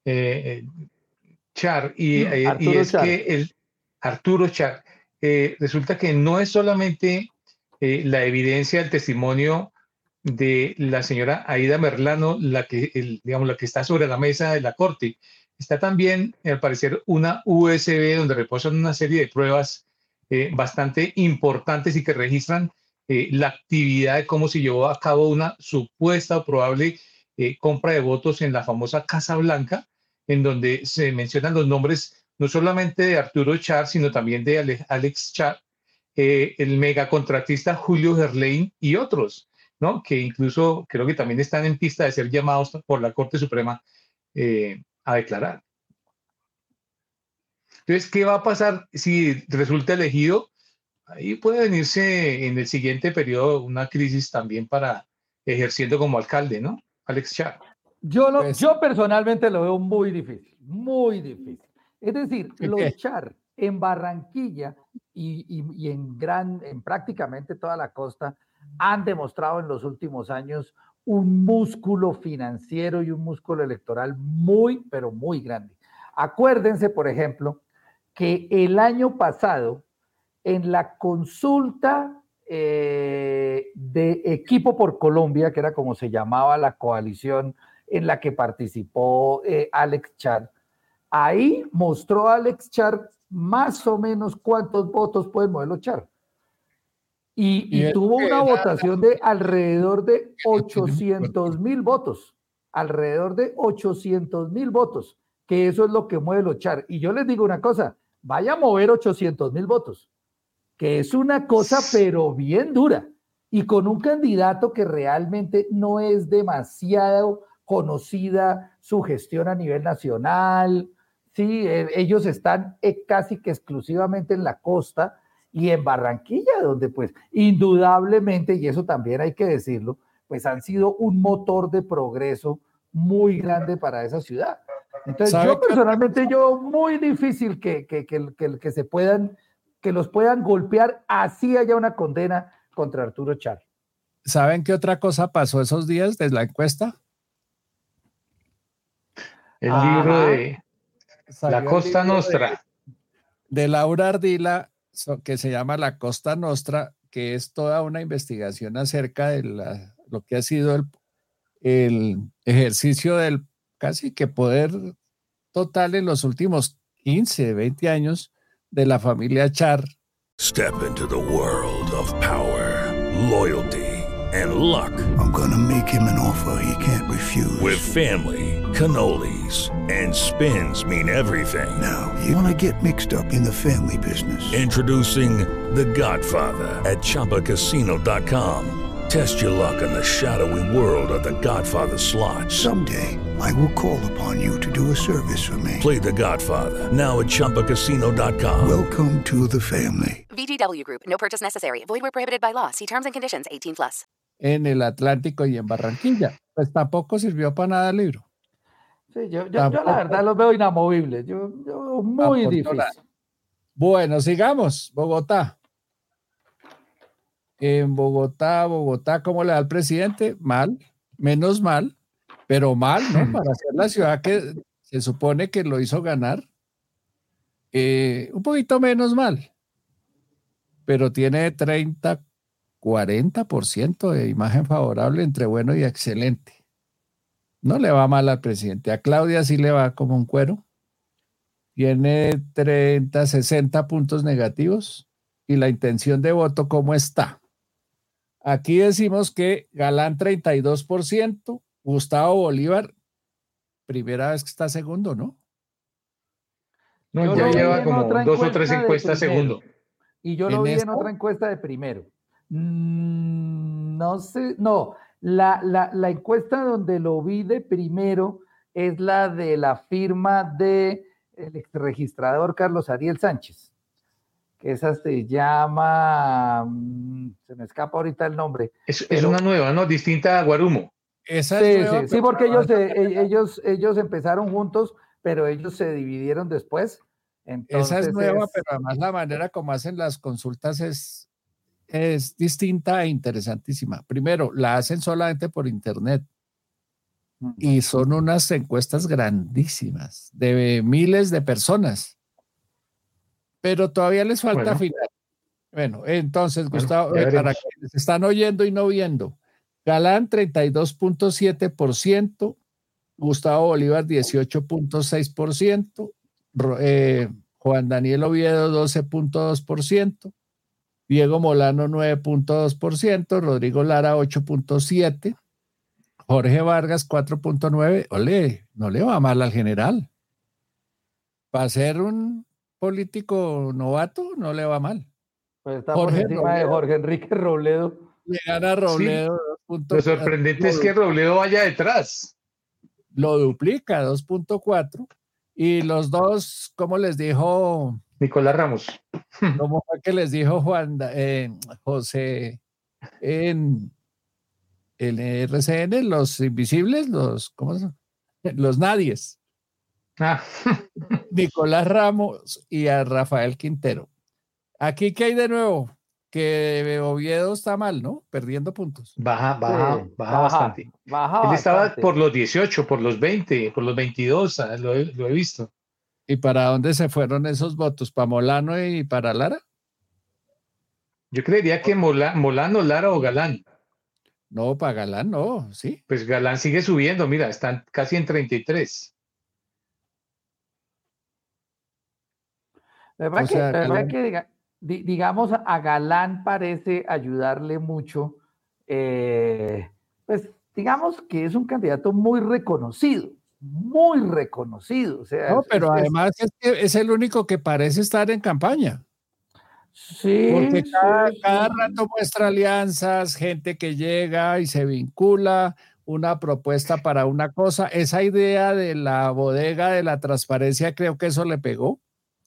Char, y es Char. Que Arturo Char, resulta que no es solamente la evidencia del testimonio de la señora Aida Merlano la que está sobre la mesa de la Corte. Está también, al parecer, una USB donde reposan una serie de pruebas bastante importantes y que registran la actividad de cómo se llevó a cabo una supuesta o probable compra de votos en la famosa Casa Blanca, en donde se mencionan los nombres no solamente de Arturo Char, sino también de Alex Char, el megacontratista Julio Gerlain y otros, ¿no? Que incluso creo que también están en pista de ser llamados por la Corte Suprema a declarar. Entonces, ¿qué va a pasar si resulta elegido? Ahí puede venirse en el siguiente periodo una crisis también para ejerciendo como alcalde, ¿no? Alex Char. Yo personalmente lo veo muy difícil, muy difícil. Es decir, los Char en Barranquilla y en prácticamente toda la costa han demostrado en los últimos años un músculo financiero y un músculo electoral muy, pero muy grande. Acuérdense, por ejemplo, que el año pasado, en la consulta de Equipo por Colombia, que era como se llamaba la coalición en la que participó Alex Char, ahí mostró Alex Char más o menos cuántos votos puede moverlo Char. Y tuvo una votación de alrededor de 800,000 votos, alrededor de 800,000 votos, que eso es lo que mueve los Char. Y yo les digo una cosa, vaya a mover 800,000 votos, que es una cosa pero bien dura, y con un candidato que realmente no es demasiado conocida su gestión a nivel nacional. Sí, ellos están casi que exclusivamente en la costa y en Barranquilla, donde pues indudablemente, y eso también hay que decirlo, pues han sido un motor de progreso muy grande para esa ciudad. Entonces yo personalmente yo muy difícil que los puedan golpear, así haya una condena contra Arturo Char. ¿Saben qué otra cosa pasó esos días desde la encuesta? El libro de La Costa Nostra. De Laura Ardila, que se llama La Costa Nostra, que es toda una investigación acerca de lo que ha sido el ejercicio del casi que poder total en los últimos 15, 20 años de la familia Char. Step into the world of power, loyalty, and luck. I'm gonna make him an offer he can't refuse. With family, cannolis, and spins mean everything. Now, you wanna get mixed up in the family business. Introducing The Godfather at ChumbaCasino.com. Test your luck in the shadowy world of The Godfather slot. Someday, I will call upon you to do a service for me. Play The Godfather now at ChumbaCasino.com. Welcome to the family. VGW Group. No purchase necessary. Void where prohibited by law. See terms and conditions. 18+. En el Atlántico y en Barranquilla. Pues tampoco sirvió para nada el libro. Sí, yo la verdad los veo inamovibles. Yo muy difícil. Bueno, sigamos. Bogotá. En Bogotá, ¿cómo le da al presidente? Mal, menos mal, pero mal, ¿no? Para ser la ciudad que se supone que lo hizo ganar, un poquito menos mal, pero tiene 30, 40% de imagen favorable entre bueno y excelente. No le va mal al presidente. A Claudia sí le va como un cuero. Tiene 30, 60 puntos negativos. Y la intención de voto, ¿cómo está? Aquí decimos que Galán 32%, Gustavo Bolívar, primera vez que está segundo, ¿no? No, ya lleva como 2 o 3 encuestas segundo. Y yo lo vi en otra encuesta de primero. No sé, no, la encuesta donde lo vi de primero es la de la firma del exregistrador Carlos Ariel Sánchez, que esa se llama, se me escapa ahorita el nombre. Es una nueva, ¿no? Distinta a Guarumo. Esa es nueva, sí, porque ellos empezaron juntos, pero ellos se dividieron después. Entonces, esa es nueva, pero además la manera como hacen las consultas es distinta e interesantísima. Primero, la hacen solamente por internet y son unas encuestas grandísimas de miles de personas. Pero todavía les falta afinar. Bueno, entonces, Gustavo, para quienes están oyendo y no viendo, Galán 32.7%, Gustavo Bolívar 18.6%, Juan Daniel Oviedo 12.2%, Diego Molano 9.2%, Rodrigo Lara 8.7%, Jorge Vargas 4.9%. Ole, no le va mal al general. Para ser un político novato, no le va mal. Pues está por encima de Jorge Enrique Robledo. Le gana Robledo. Sí. Lo sorprendente es que Robledo vaya detrás. Lo duplica, 2.4. Y los dos, ¿cómo les dijo? Nicolás Ramos. ¿Cómo fue que les dijo José en el RCN? Los invisibles, ¿cómo son? Los nadies. Nicolás Ramos y a Rafael Quintero. Aquí, ¿qué hay de nuevo? Que Oviedo está mal, ¿no? Perdiendo puntos. Baja bastante. Él estaba por los 18, por los 20, por los 22, lo he visto. ¿Y para dónde se fueron esos votos? ¿Para Molano y para Lara? Yo creería que Molano, Lara o Galán. No, para Galán no, ¿sí? Pues Galán sigue subiendo, mira, están casi en 33. La verdad que digamos, a Galán parece ayudarle mucho, pues digamos que es un candidato muy reconocido. O sea, no, pero además es el único que parece estar en campaña. Sí. Porque cada rato muestra alianzas, gente que llega y se vincula, una propuesta para una cosa. Esa idea de la bodega de la transparencia, creo que eso le pegó.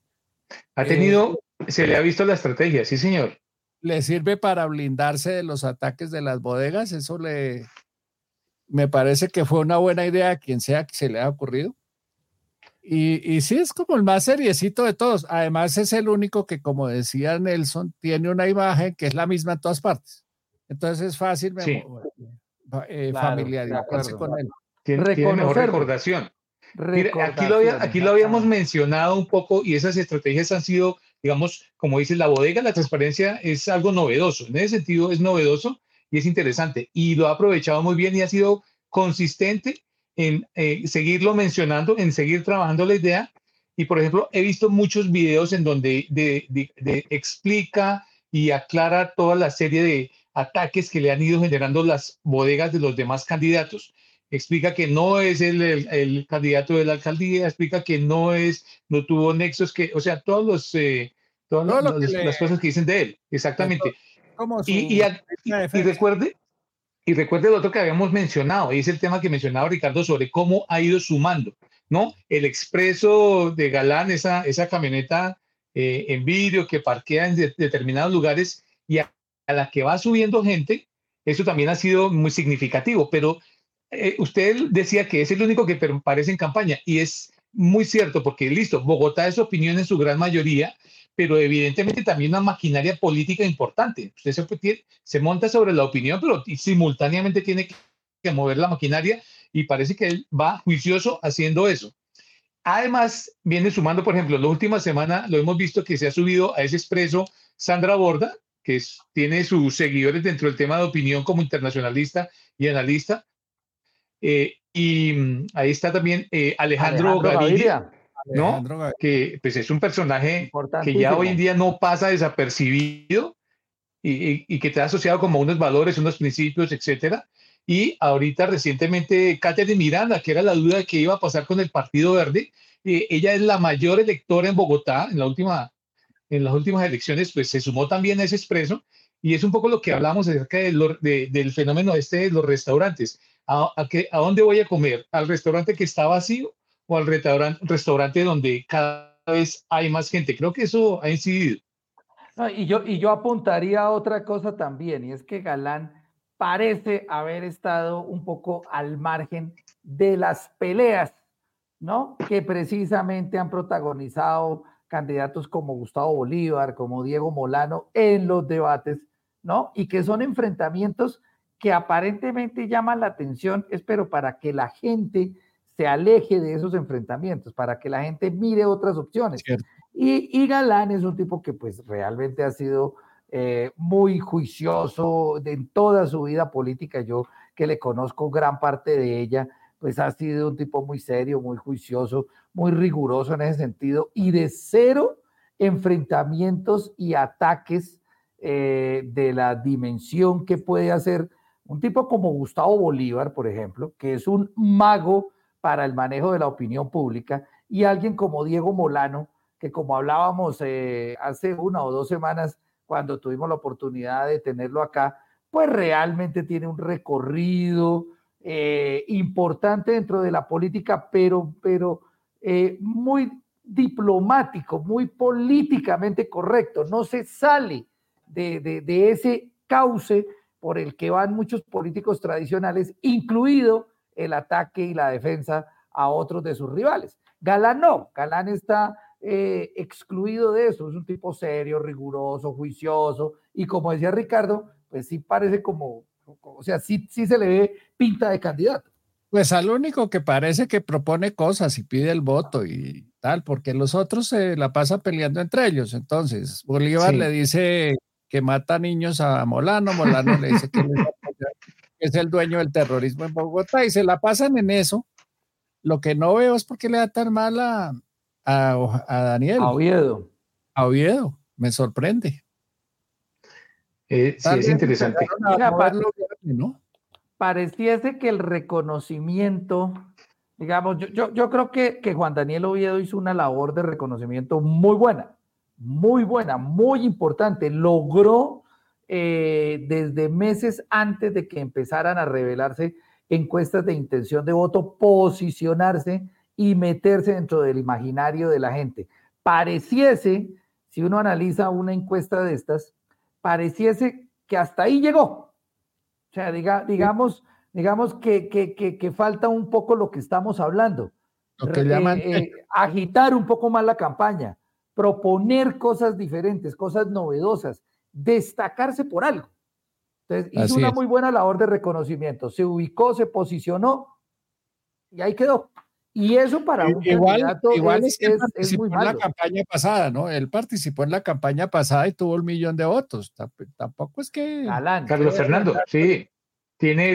Se le ha visto la estrategia, sí, señor. Le sirve para blindarse de los ataques de las bodegas. Eso me parece que fue una buena idea a quien sea que se le haya ocurrido. Y sí, es como el más seriecito de todos. Además, es el único que, como decía Nelson, tiene una imagen que es la misma en todas partes. Entonces es fácil familiarizarse con él. Tiene mejor recordación. Mira, aquí lo habíamos mencionado un poco y esas estrategias han sido, digamos, como dice la bodega, la transparencia es algo novedoso. En ese sentido es novedoso y es interesante. Y lo ha aprovechado muy bien y ha sido consistente en seguirlo mencionando, en seguir trabajando la idea. Y, por ejemplo, he visto muchos videos en donde explica y aclara toda la serie de ataques que le han ido generando las bodegas de los demás candidatos. Explica que no es el candidato de la alcaldía, explica que no tuvo nexos, o sea, todas las cosas que dicen de él, exactamente. Y recuerde lo otro que habíamos mencionado, y es el tema que mencionaba Ricardo sobre cómo ha ido sumando, ¿no? El expreso de Galán, esa camioneta en vidrio que parquea en determinados lugares y a la que va subiendo gente, eso también ha sido muy significativo, pero usted decía que es el único que aparece en campaña y es muy cierto porque listo, Bogotá es opinión en su gran mayoría, pero evidentemente también una maquinaria política importante. Usted se monta sobre la opinión, pero simultáneamente tiene que mover la maquinaria y parece que él va juicioso haciendo eso. Además, viene sumando, por ejemplo, la última semana lo hemos visto que se ha subido a ese expreso Sandra Borda, que tiene sus seguidores dentro del tema de opinión como internacionalista y analista. Y ahí está también Alejandro Gaviria, ¿no? Que pues es un personaje que ya hoy en día no pasa desapercibido y que te ha asociado como unos valores, unos principios, etcétera. Y ahorita recientemente Catherine Miranda, que era la duda de qué iba a pasar con el Partido Verde, ella es la mayor electora en Bogotá en las últimas elecciones, pues se sumó también a ese expreso y es un poco lo que hablamos acerca del fenómeno de los restaurantes. ¿A dónde voy a comer? ¿Al restaurante que está vacío o al restaurante donde cada vez hay más gente? Creo que eso ha incidido. No, y yo apuntaría a otra cosa también, y es que Galán parece haber estado un poco al margen de las peleas, ¿no? Que precisamente han protagonizado candidatos como Gustavo Bolívar, como Diego Molano en los debates, ¿no? Y que son enfrentamientos que aparentemente llaman la atención, pero para que la gente se aleje de esos enfrentamientos, para que la gente mire otras opciones. Y Galán es un tipo que pues realmente ha sido muy juicioso en toda su vida política, yo que le conozco gran parte de ella, pues ha sido un tipo muy serio, muy juicioso, muy riguroso en ese sentido, y de cero enfrentamientos y ataques de la dimensión que puede hacer un tipo como Gustavo Bolívar, por ejemplo, que es un mago para el manejo de la opinión pública, y alguien como Diego Molano, que como hablábamos hace 1 o 2 semanas, cuando tuvimos la oportunidad de tenerlo acá, pues realmente tiene un recorrido importante dentro de la política, pero muy diplomático, muy políticamente correcto, no se sale de ese cauce por el que van muchos políticos tradicionales, incluido el ataque y la defensa a otros de sus rivales. Galán no, Galán está excluido de eso, es un tipo serio, riguroso, juicioso, y como decía Ricardo, pues sí parece como, o sea, sí se le ve pinta de candidato. Pues al único que parece que propone cosas y pide el voto y tal, porque los otros se la pasan peleando entre ellos. Entonces, Bolívar le dice que mata niños a Molano, Molano le dice que es el dueño del terrorismo en Bogotá, y se la pasan en eso. Lo que no veo es por qué le da tan mal a Daniel. A Oviedo, me sorprende. Sí, es interesante. ¿No? Pareciese que el reconocimiento, digamos, yo creo que Juan Daniel Oviedo hizo una labor de reconocimiento muy buena, muy importante. Logró desde meses antes de que empezaran a revelarse encuestas de intención de voto, posicionarse y meterse dentro del imaginario de la gente. Pareciese, si uno analiza una encuesta de estas, pareciese que hasta ahí llegó. O sea, digamos que falta un poco lo que estamos hablando. Lo que llaman agitar un poco más la campaña, proponer cosas diferentes, cosas novedosas, destacarse por algo. Entonces, hizo una muy buena labor de reconocimiento. Se ubicó, se posicionó y ahí quedó. Y eso para un candidato igual es que participó muy en la campaña pasada, ¿no? Él participó en la campaña pasada y tuvo 1 millón de votos. Tampoco es que... Carlos Fernando, sí, tiene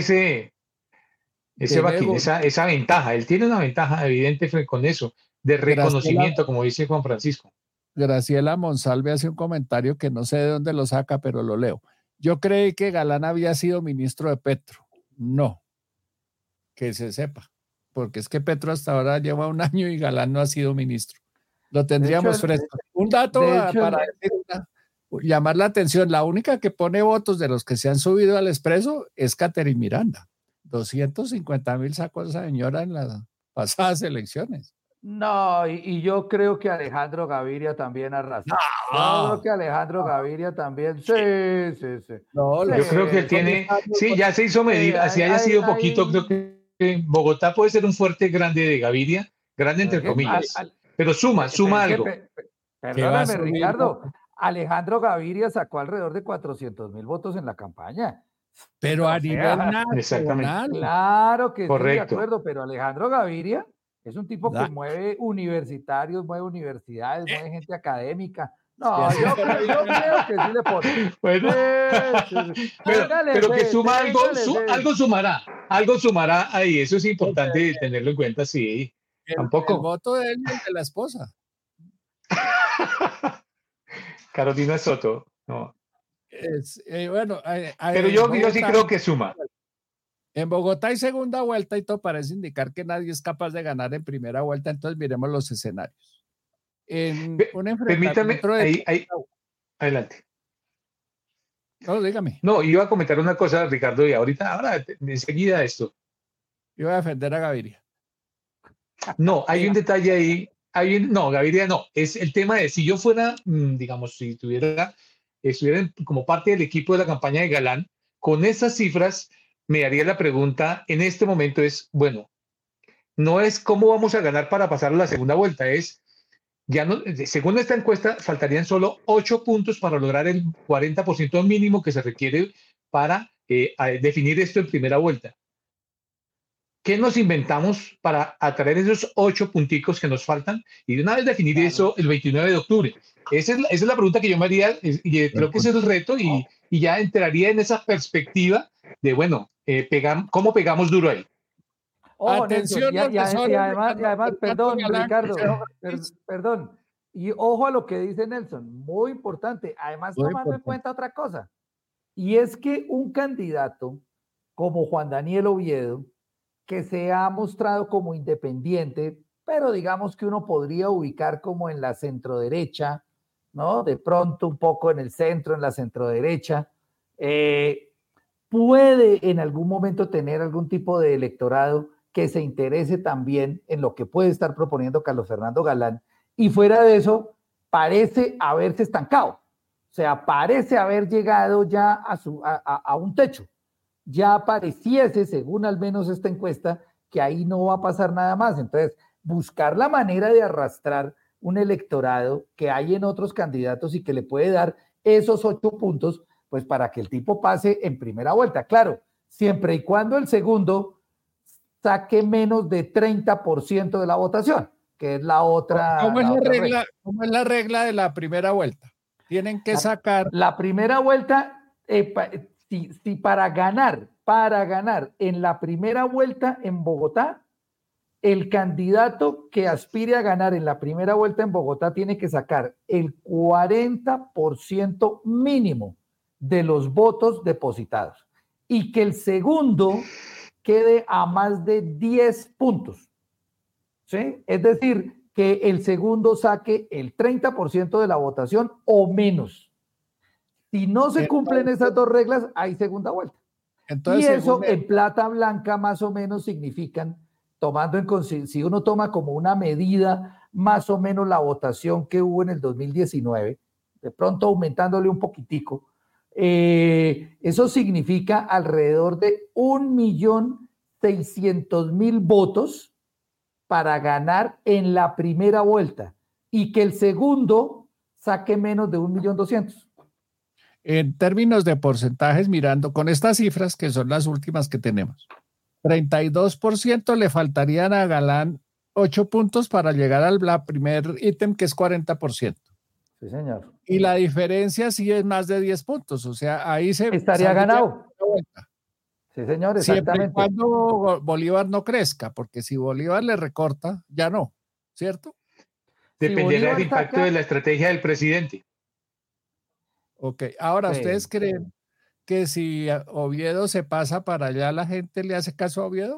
esa ventaja. Él tiene una ventaja evidente con eso, de reconocimiento, como dice Juan Francisco. Graciela Monsalve hace un comentario que no sé de dónde lo saca, pero lo leo. Yo creí que Galán había sido ministro de Petro. No, que se sepa, porque es que Petro hasta ahora lleva 1 año y Galán no ha sido ministro. Lo tendríamos fresco. Un dato para llamar la atención. La única que pone votos de los que se han subido al Expreso es Catherine Miranda. 250,000 sacó esa señora en las pasadas elecciones. No, y yo creo que Alejandro Gaviria también arrasa. Yo creo que Alejandro Gaviria también, sí. No, yo creo que él tiene, ya se hizo medir, así haya sido poquito, creo que Bogotá puede ser un fuerte grande de Gaviria, grande entre comillas, pero suma algo. Perdóname, Ricardo, Alejandro Gaviria sacó alrededor de 400,000 votos en la campaña. Pero a nivel nacional. Claro que correcto. Sí, de acuerdo, pero Alejandro Gaviria es un tipo que mueve universitarios, mueve universidades, mueve gente académica. No, yo creo que sí le pone. Bueno, pero que suma algo sumará ahí, eso es importante tenerlo en cuenta, sí. Tampoco. El voto de él y el de la esposa. Carolina Soto, no. Pero yo sí creo que suma. En Bogotá hay segunda vuelta y todo parece indicar que nadie es capaz de ganar en primera vuelta, entonces miremos los escenarios. Permítame, adelante. No, dígame. No, iba a comentar una cosa, Ricardo, y ahora enseguida esto. Iba a defender a Gaviria. No, hay un detalle ahí. No, Gaviria no. Es el tema de si yo fuera, digamos, si estuviera como parte del equipo de la campaña de Galán, con esas cifras me haría la pregunta en este momento es, bueno, no es cómo vamos a ganar para pasar a la segunda vuelta, es, ya no, según esta encuesta, faltarían solo 8 puntos para lograr el 40% mínimo que se requiere para definir esto en primera vuelta. ¿Qué nos inventamos para atraer esos 8 punticos que nos faltan y de una vez definir eso el 29 de octubre? Esa es la pregunta que yo me haría y creo que ese es el reto y ya entraría en esa perspectiva de, bueno, ¿cómo pegamos duro ahí? Ojo, Atención, Nelson, y además, perdón, Galán, Ricardo, perdón. Y ojo a lo que dice Nelson, muy importante. Además, muy tomando importante en cuenta otra cosa, y es que un candidato como Juan Daniel Oviedo, que se ha mostrado como independiente, pero digamos que uno podría ubicar como en la centroderecha, ¿no? De pronto un poco en el centro, en la centroderecha, puede en algún momento tener algún tipo de electorado que se interese también en lo que puede estar proponiendo Carlos Fernando Galán, y fuera de eso, parece haberse estancado, o sea, parece haber llegado ya a un techo. Ya pareciese, según al menos esta encuesta, que ahí no va a pasar nada más. Entonces, buscar la manera de arrastrar un electorado que hay en otros candidatos y que le puede dar esos 8 puntos, pues para que el tipo pase en primera vuelta. Claro, siempre y cuando el segundo saque menos de 30% de la votación, que es la otra. ¿Cómo es la regla de la primera vuelta? Tienen que sacar. La primera vuelta, si para ganar en la primera vuelta en Bogotá, el candidato que aspire a ganar en la primera vuelta en Bogotá tiene que sacar el 40% mínimo de los votos depositados y que el segundo quede a más de 10 puntos. ¿Sí? Es decir, que el segundo saque el 30% de la votación o menos. Si no se cumplen esas dos reglas, hay segunda vuelta. Entonces, y eso en plata blanca más o menos significan, tomando en consideración, si uno toma como una medida más o menos la votación que hubo en el 2019, de pronto aumentándole un poquitico, eso significa alrededor de 1.600.000 votos para ganar en la primera vuelta y que el segundo saque menos de 1.200.000. En términos de porcentajes, mirando con estas cifras que son las últimas que tenemos, 32% le faltarían a Galán 8 puntos para llegar al primer ítem, que es 40%. Sí, señor. Y la diferencia sí es más de 10 puntos, o sea, ahí se estaría ganado. Sí, señor, exactamente. Siempre y cuando Bolívar no crezca, porque si Bolívar le recorta, ya no, ¿cierto? Dependerá del impacto de la estrategia del presidente. Ok, ahora, ¿ustedes creen que si Oviedo se pasa para allá, la gente le hace caso a Oviedo?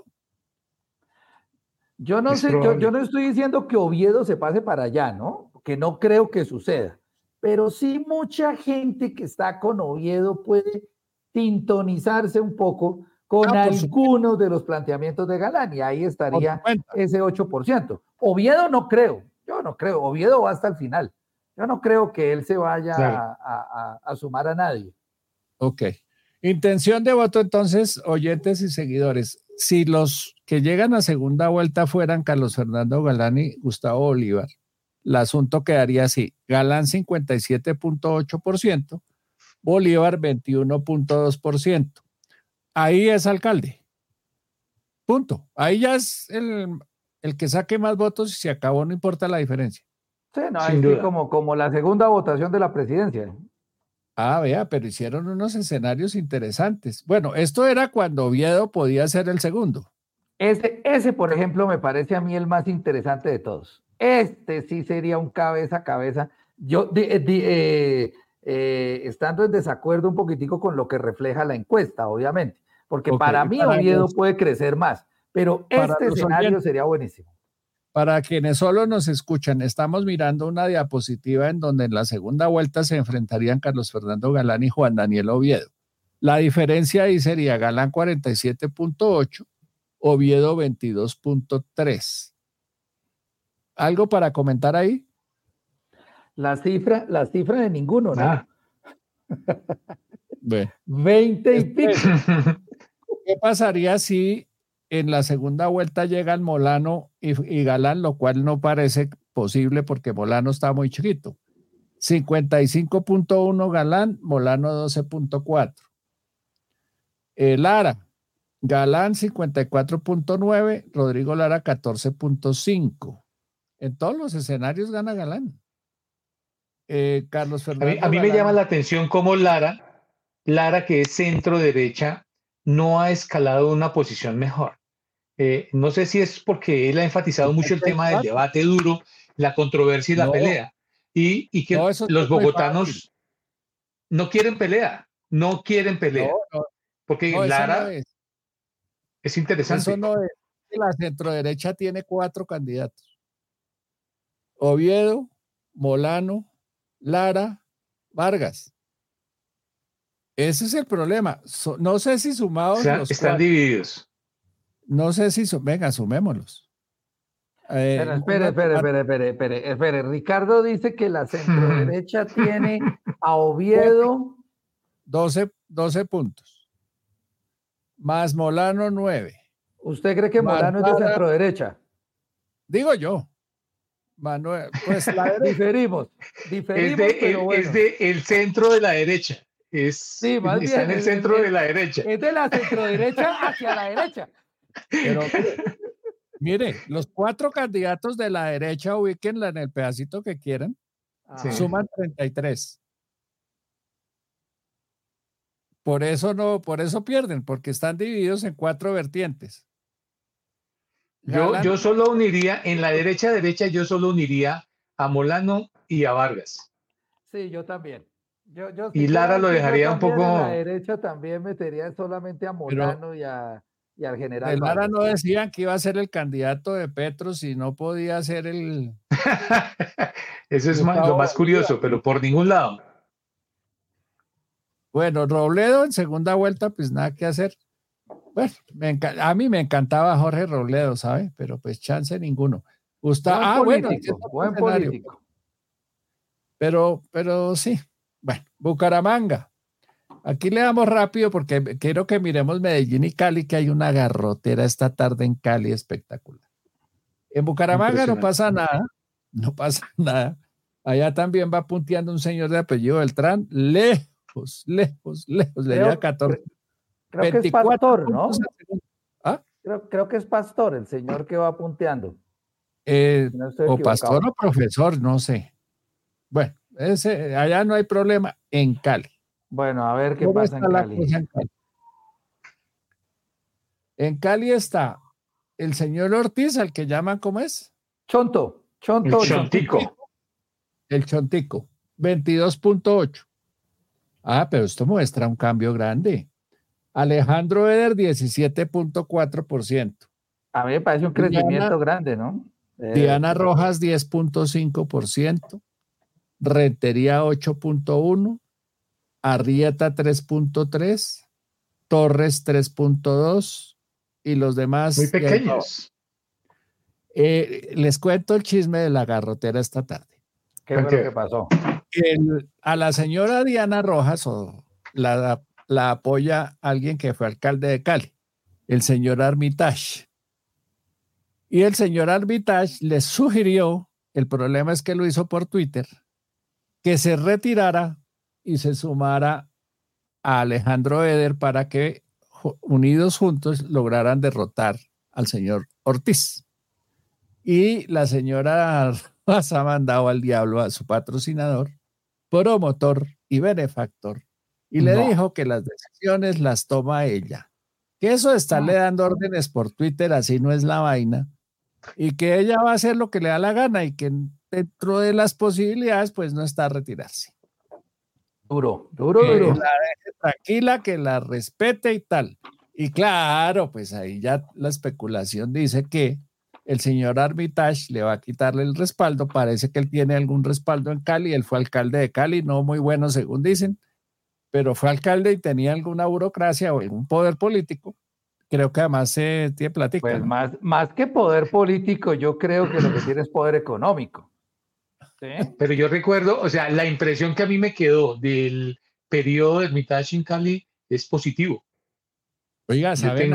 Yo no sé, yo no estoy diciendo que Oviedo se pase para allá, ¿no? Que no creo que suceda. Pero sí mucha gente que está con Oviedo puede sintonizarse un poco con algunos de los planteamientos de Galán, y ahí estaría ese 8%. Oviedo no creo, yo no creo. Oviedo va hasta el final. Yo no creo que él se vaya a sumar a nadie. Ok. Intención de voto, entonces, oyentes y seguidores. Si los que llegan a segunda vuelta fueran Carlos Fernando Galán y Gustavo Bolívar, el asunto quedaría así: Galán 57.8%, Bolívar 21.2%. Ahí es alcalde. Punto. Ahí ya es el que saque más votos y se acabó, no importa la diferencia. Sí, no, ahí sí como la segunda votación de la presidencia. Ah, vea, pero hicieron unos escenarios interesantes. Bueno, esto era cuando Oviedo podía ser el segundo. Ese, por ejemplo, me parece a mí el más interesante de todos. Este sí sería un cabeza a cabeza. Yo, estando en desacuerdo un poquitico con lo que refleja la encuesta, obviamente, porque para mí Oviedo puede crecer más, pero este escenario sería buenísimo. Para quienes solo nos escuchan, estamos mirando una diapositiva en donde en la segunda vuelta se enfrentarían Carlos Fernando Galán y Juan Daniel Oviedo. La diferencia ahí sería Galán 47.8, Oviedo 22.3. ¿Algo para comentar ahí? La cifra de ninguno, ¿no? Bueno. 20 y pico. ¿Qué pasaría si en la segunda vuelta llegan Molano y Galán, lo cual no parece posible porque Molano está muy chiquito? 55.1 Galán, Molano 12.4. Lara, Galán 54.9, Rodrigo Lara 14.5. En todos los escenarios gana Galán. Carlos Fernando a mí me llama la atención cómo Lara, que es centro derecha, no ha escalado una posición mejor. No sé si es porque él ha enfatizado mucho el tema del debate duro, la controversia y la pelea, y que los bogotanos no quieren pelea, porque Lara es interesante. Eso no es. La centroderecha tiene 4 candidatos: Oviedo, Molano, Lara, Vargas. Ese es el problema. No sé si sumados están 4 divididos. No sé si venga, sumémoslos. Espere. Ricardo dice que la centroderecha tiene a Oviedo 12 puntos. Más Molano 9. ¿Usted cree que Molano es de centroderecha? Digo yo. Manuel, pues diferimos, pero bueno. Es de el centro de la derecha. Está en el centro de la derecha. Es de la centroderecha hacia la derecha. Pero mire, los 4 candidatos de la derecha, ubíquenla en el pedacito que quieran, suman 33. Por eso pierden, porque están divididos en 4 vertientes. Yo solo uniría, en la derecha, yo solo uniría a Molano y a Vargas. Sí, yo también. Y Lara lo dejaría un poco... En la derecha también metería solamente a Molano y al general de Lara Vargas. No decían que iba a ser el candidato de Petro si no podía ser el... Eso es lo más curioso, pero por ningún lado. Bueno, Robledo en segunda vuelta, pues nada que hacer. Bueno, a mí me encantaba Jorge Robledo, ¿sabe? Pero pues chance ninguno. Buen político. Pero sí. Bueno, Bucaramanga. Aquí le damos rápido porque quiero que miremos Medellín y Cali, que hay una garrotera esta tarde en Cali espectacular. En Bucaramanga no pasa nada. Allá también va punteando un señor de apellido Beltrán, lejos, le lleva 14. Creo que es Pastor, ¿no? Creo que es Pastor el señor que va punteando. O Pastor o profesor, no sé. Bueno, allá no hay problema en Cali. Bueno, a ver qué pasa en Cali. En Cali está el señor Ortiz, al que llaman, ¿cómo es? Chontico. El Chontico, 22.8. Pero esto muestra un cambio grande. Alejandro Eder, 17.4%. A mí me parece un crecimiento grande, ¿no? Diana Rojas, 10.5%. Rentería, 8.1%. Arrieta, 3.3%. Torres, 3.2%. Y los demás... Muy pequeños. Les cuento el chisme de la garrotera esta tarde. ¿Qué fue lo que pasó? A la señora Diana Rojas la apoya alguien que fue alcalde de Cali, el señor Armitage. Y el señor Armitage le sugirió, el problema es que lo hizo por Twitter, que se retirara y se sumara a Alejandro Eder para que unidos juntos lograran derrotar al señor Ortiz. Y la señora Rojas ha mandado al diablo a su patrocinador, promotor y benefactor, y le dijo que las decisiones las toma ella, que eso de estarle dando órdenes por Twitter así no es la vaina, y que ella va a hacer lo que le da la gana y que dentro de las posibilidades pues no está a retirarse. Duro. Que la deje tranquila, que la respete y tal. Y claro, pues ahí ya la especulación dice que el señor Armitage le va a quitarle el respaldo. Parece que él tiene algún respaldo en Cali. Él fue alcalde de Cali, no muy bueno según dicen, pero fue alcalde y tenía alguna burocracia o algún poder político. Creo que además tiene plática. Pues ¿no? más que poder político, yo creo que lo que tiene es poder económico. ¿Sí? Pero yo recuerdo, o sea, la impresión que a mí me quedó del periodo de Armitage en Cali es positivo. Oiga, ¿saben?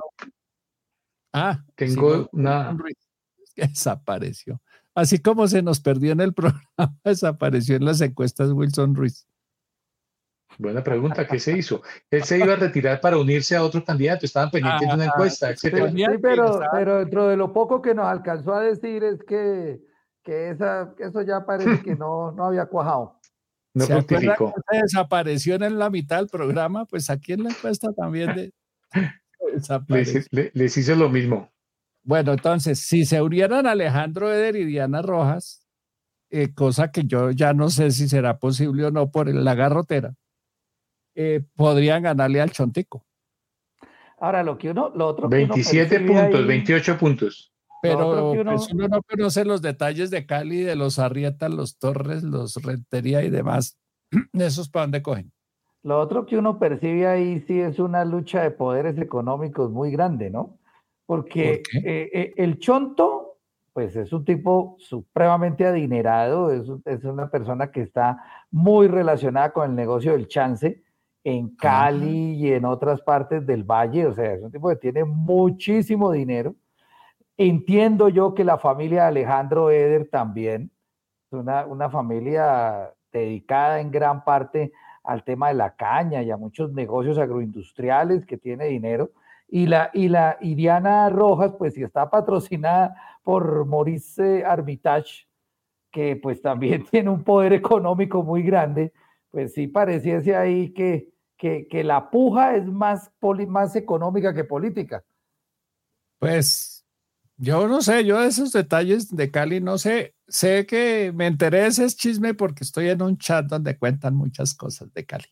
Tengo una... Desapareció. Así como se nos perdió en el programa, desapareció en las encuestas Wilson Ruiz. Buena pregunta, ¿qué se hizo? Él se iba a retirar para unirse a otro candidato, estaban pendientes de una encuesta, etc. Sí, pero dentro de lo poco que nos alcanzó a decir es que eso ya parece que no había cuajado. No fructificó. Se desapareció en la mitad del programa, pues aquí en la encuesta también Les hizo lo mismo. Bueno, entonces, si se unieran Alejandro Eder y Diana Rojas, cosa que yo ya no sé si será posible o no por la garrotera, podrían ganarle al Chontico. Ahora, lo otro 27 puntos, ahí, 28 puntos. Pero uno no conoce los detalles de Cali, de los Arrieta, los Torres, los Rentería y demás. ¿Esos para dónde cogen? Lo otro que uno percibe ahí sí es una lucha de poderes económicos muy grande, ¿no? Porque el Chonto, pues es un tipo supremamente adinerado, es una persona que está muy relacionada con el negocio del chance en Cali y en otras partes del valle, o sea, es un tipo que tiene muchísimo dinero. Entiendo yo que la familia de Alejandro Eder también es una familia dedicada en gran parte al tema de la caña y a muchos negocios agroindustriales, que tiene dinero. Y Diana Rojas, pues si está patrocinada por Maurice Armitage, que pues también tiene un poder económico muy grande, pues sí pareciese ahí que la puja es más económica que política. Pues yo no sé, yo de esos detalles de Cali no sé. Sé que me enteré de ese chisme porque estoy en un chat donde cuentan muchas cosas de Cali.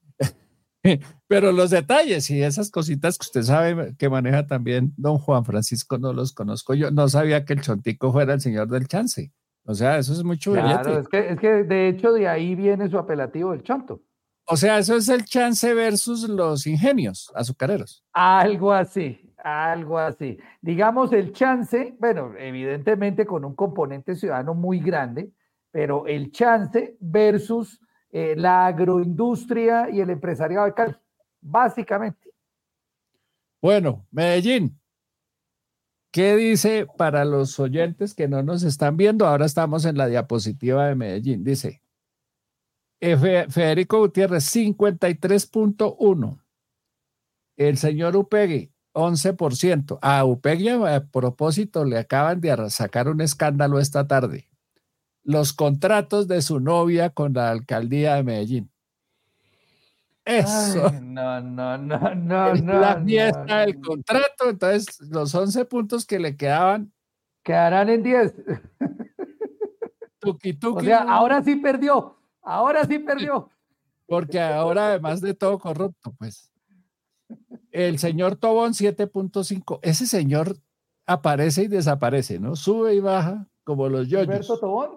Pero los detalles y esas cositas que usted sabe que maneja también don Juan Francisco, no los conozco. Yo no sabía que el Chontico fuera el señor del chance. O sea, eso es mucho billete. Claro, es que de hecho de ahí viene su apelativo, el Chonto. O sea, eso es el chance versus los ingenios azucareros. Algo así. Digamos el chance, bueno, evidentemente con un componente ciudadano muy grande, pero el chance versus la agroindustria y el empresariado de Cali, básicamente. Bueno, Medellín, ¿qué dice para los oyentes que no nos están viendo? Ahora estamos en la diapositiva de Medellín. Dice, Federico Gutiérrez, 53.1. El señor Upegui, 11%. A Upegui, a propósito, le acaban de sacar un escándalo esta tarde. Los contratos de su novia con la alcaldía de Medellín. Eso. Ay, no. La fiesta del contrato, entonces los 11 puntos que le quedarán en 10. Tuki. O sea, ahora sí perdió. Porque ahora, además de todo corrupto, pues. El señor Tobón, 7.5. Ese señor aparece y desaparece, ¿no? Sube y baja como los yoyos. Gilberto Tobón,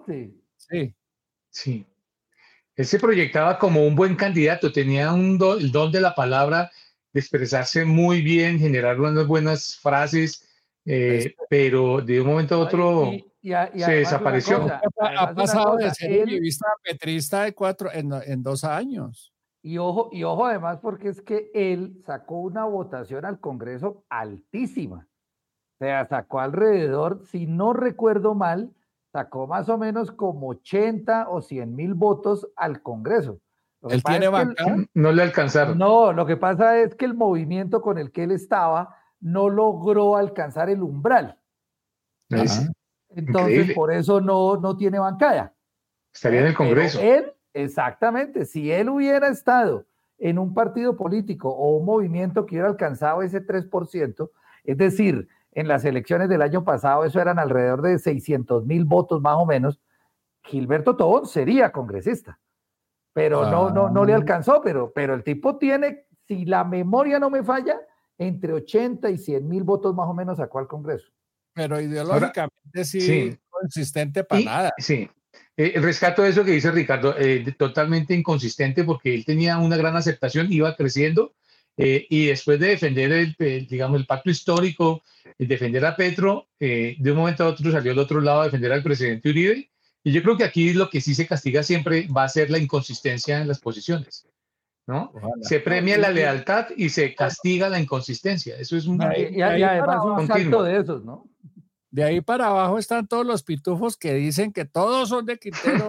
sí. Él se proyectaba como un buen candidato, tenía el don de la palabra, de expresarse muy bien, generar unas buenas frases, pero de un momento a otro se desapareció. Ha pasado de ser activista petrista en 2 años. Y ojo además, porque es que él sacó una votación al Congreso altísima. O sea, sacó alrededor, si no recuerdo mal, sacó más o menos como 80 o 100,000 votos al Congreso. ¿Él tiene banca? No le alcanzaron. No, lo que pasa es que el movimiento con el que él estaba no logró alcanzar el umbral. Entonces, increíble. Por eso no tiene bancada. Estaría en el Congreso. Exactamente, si él hubiera estado en un partido político o un movimiento que hubiera alcanzado ese 3%, es decir, en las elecciones del año pasado eso eran alrededor de 600,000 votos más o menos, Gilberto Tobón sería congresista, pero no le alcanzó, pero el tipo tiene, si la memoria no me falla, entre 80 y 100,000 votos más o menos sacó al Congreso. Pero ideológicamente sí, consistente para nada. Sí. Rescato eso que dice Ricardo, totalmente inconsistente porque él tenía una gran aceptación, iba creciendo y después de defender el pacto histórico, defender a Petro, de un momento a otro salió al otro lado a defender al presidente Uribe, y yo creo que aquí lo que sí se castiga siempre va a ser la inconsistencia en las posiciones, ¿no? Ojalá. Se premia la lealtad y se castiga la inconsistencia, eso es y además un salto de esos, ¿no? De ahí para abajo están todos los pitufos que dicen que todos son de Quintero.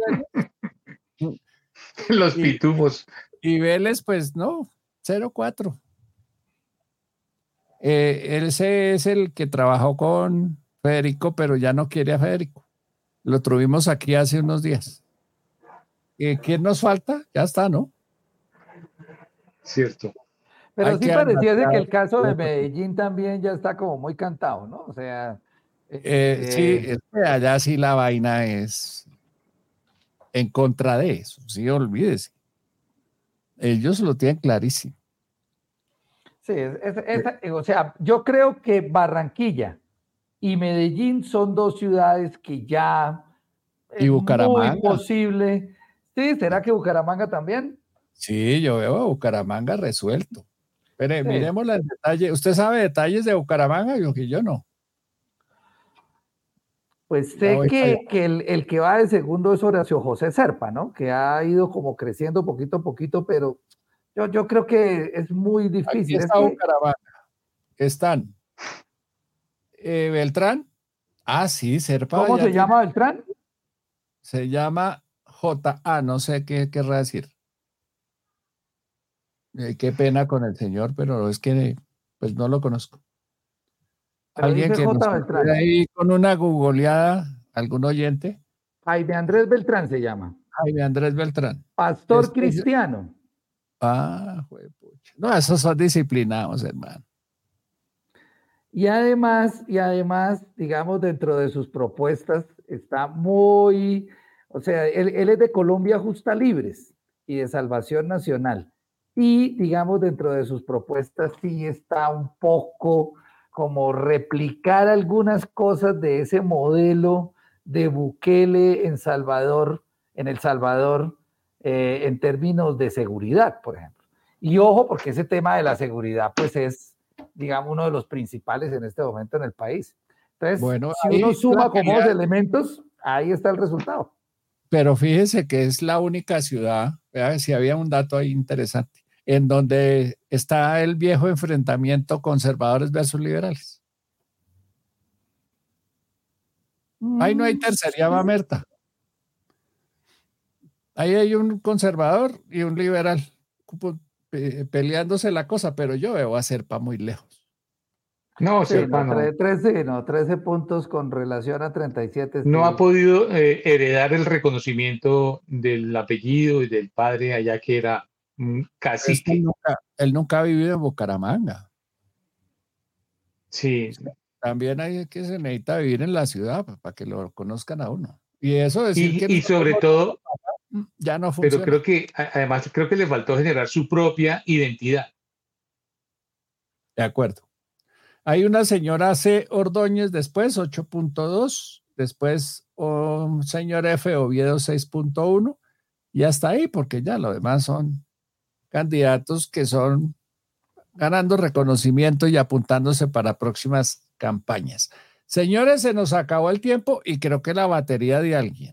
Los pitufos. Y Vélez, pues no, 0-4. Ese es el que trabajó con Federico, pero ya no quiere a Federico. Lo tuvimos aquí hace unos días. ¿Quién nos falta? Ya está, ¿no? Cierto. Pero Hay sí que pareciese que analizar. el caso de Medellín también ya está como muy cantado, ¿no? O sea, Sí, es que allá sí la vaina es en contra de eso, sí, olvídese. Ellos lo tienen clarísimo. sí, o sea, yo creo que Barranquilla y Medellín son dos ciudades que ya Y es muy Bucaramanga. posible. Sí, ¿será que Bucaramanga también? Sí, yo veo a Bucaramanga resuelto. Pero Sí. miremosla en detalle. ¿Usted sabe detalles de Bucaramanga? Yo no. Pues Ya sé voy para allá. que el que va de segundo es Horacio José Serpa, ¿no? Que ha ido como creciendo poquito a poquito, pero yo creo que es muy Aquí difícil. Es está que, Bucaramanga. Están Beltrán. Ah, sí, Serpa ¿cómo ya se tiene. llama Beltrán? Se llama JA, no sé qué querrá decir. Qué pena con el señor, pero es que pues no lo conozco. Pero Alguien dice que nos J. ayude Beltrán. ahí con una googleada, algún oyente. Jaime Andrés Beltrán se llama. Jaime Andrés Beltrán. Pastor cristiano. Juepucha. No, esos son disciplinados, hermano. Y además, digamos, dentro de sus propuestas está muy, o sea, él es de Colombia Justa Libres y de Salvación Nacional. Y, digamos, dentro de sus propuestas sí está un poco como replicar algunas cosas de ese modelo de Bukele en Salvador, en El Salvador, en términos de seguridad, por ejemplo. Y ojo, porque ese tema de la seguridad, pues es, digamos, uno de los principales en este momento en el país. Entonces, Bueno, si uno suma como los elementos, ahí está el resultado. Pero fíjese que es la única ciudad, vea si había un dato ahí interesante, en donde está el viejo enfrentamiento conservadores versus liberales. Ahí no hay tercería mamerta. Ahí hay un conservador y un liberal peleándose la cosa, pero yo veo a Serpa muy lejos. No, sí, Serpa no, no. 13 puntos con relación a 37. No Sí. ha podido heredar el reconocimiento del apellido y del padre allá que era cacique. Él nunca ha vivido en Bucaramanga. Sí. También hay que se necesita vivir en la ciudad para que lo conozcan a uno. Y eso decir que Y sobre todo, ya no funciona. pero creo que además creo que le faltó generar su propia identidad. De acuerdo. Hay una señora C. Ordóñez después, 8.2. Después un señor F. Oviedo, 6.1. Y hasta ahí, porque ya lo demás son candidatos que son ganando reconocimiento y apuntándose para próximas campañas. Señores, se nos acabó el tiempo y creo que la batería de alguien.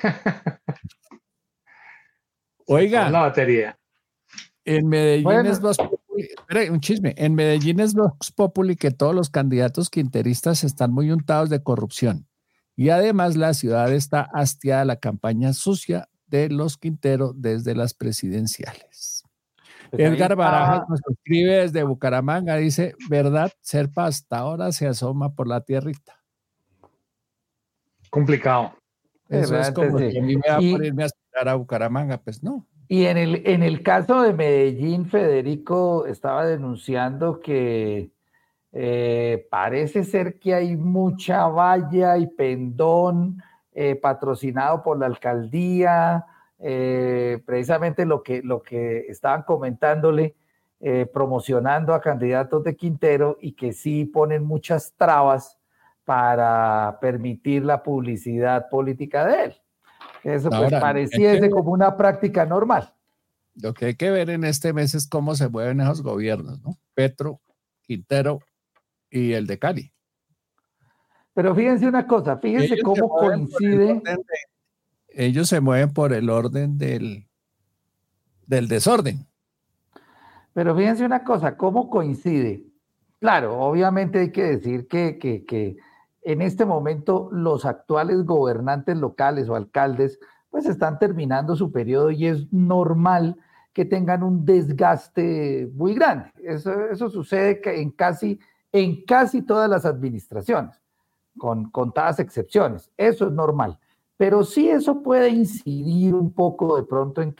Oiga. La batería. En Medellín es Vox Populi, espere, un chisme. En Medellín es Vox Populi que todos los candidatos quinteristas están muy untados de corrupción. Y además la ciudad está hastiada de la campaña sucia de los Quintero desde las presidenciales. Pues Edgar Barajas nos escribe desde Bucaramanga, dice, ¿verdad? Serpa hasta ahora se asoma por la tierrita. Complicado. Eso es como que a mí me va a ponerme a aspirar a Bucaramanga, pues no. Y en el caso de Medellín, Federico estaba denunciando que parece ser que hay mucha valla y pendón patrocinado por la alcaldía, precisamente lo que estaban comentándole, promocionando a candidatos de Quintero y que sí ponen muchas trabas para permitir la publicidad política de él. Eso pues pareciese como una práctica normal. Lo que hay que ver en este mes es cómo se mueven esos gobiernos, ¿no? Petro, Quintero y el de Cali. Pero fíjense una cosa, fíjense ellos cómo coincide. Ellos se mueven por el orden del desorden. Pero fíjense una cosa, cómo coincide. Claro, obviamente hay que decir que en este momento los actuales gobernantes locales o alcaldes pues están terminando su periodo y es normal que tengan un desgaste muy grande. Eso sucede en casi todas las administraciones, con contadas excepciones. Eso es normal. Pero sí eso puede incidir un poco de pronto en que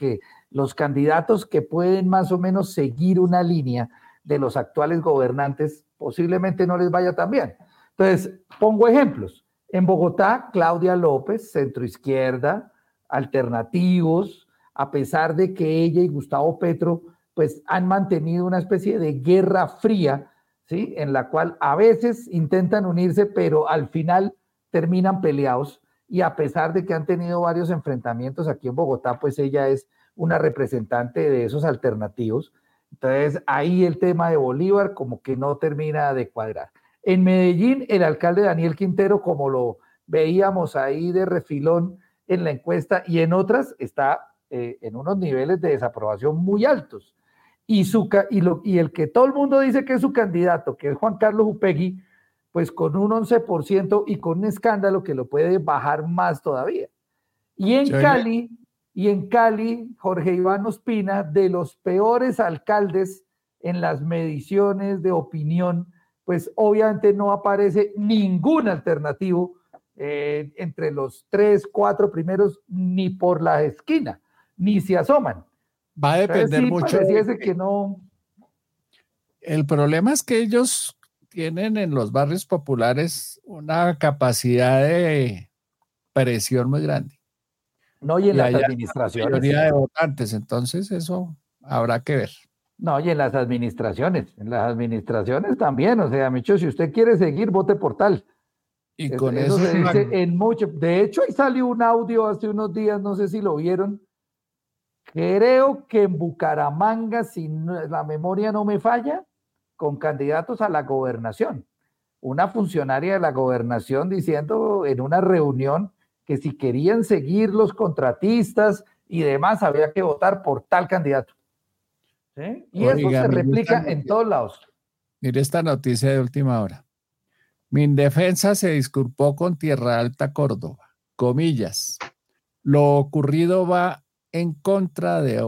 los candidatos que pueden más o menos seguir una línea de los actuales gobernantes posiblemente no les vaya tan bien. Entonces, pongo ejemplos. En Bogotá, Claudia López, centroizquierda, alternativos, a pesar de que ella y Gustavo Petro pues han mantenido una especie de guerra fría, ¿sí? En la cual a veces intentan unirse, pero al final terminan peleados, y a pesar de que han tenido varios enfrentamientos aquí en Bogotá, pues ella es una representante de esos alternativos. Entonces ahí el tema de Bolívar como que no termina de cuadrar. En Medellín, el alcalde Daniel Quintero, como lo veíamos ahí de refilón en la encuesta y en otras, está en unos niveles de desaprobación muy altos. Y el que todo el mundo dice que es su candidato, que es Juan Carlos Upegui, pues con un 11% y con un escándalo que lo puede bajar más todavía. Y en Cali, Jorge Iván Ospina, de los peores alcaldes en las mediciones de opinión, pues obviamente no aparece ningún alternativo entre los 3, 4 primeros, ni por la esquina, ni se asoman. Va a depender mucho. Que no. El problema es que ellos tienen en los barrios populares una capacidad de presión muy grande. No, y en las administraciones. Mayoría de votantes, entonces eso habrá que ver. No, y en las administraciones también, o sea, Micho, si usted quiere seguir, vote por tal. Y con eso se dice en mucho. De hecho, ahí salió un audio hace unos días, no sé si lo vieron. Creo que en Bucaramanga, si la memoria no me falla, con candidatos a la gobernación. Una funcionaria de la gobernación diciendo en una reunión que si querían seguir los contratistas y demás, había que votar por tal candidato. ¿Sí? Y eso se replica en todos lados. Mire esta noticia de última hora. Mindefensa se disculpó con Tierra Alta Córdoba. Comillas. Lo ocurrido va en contra de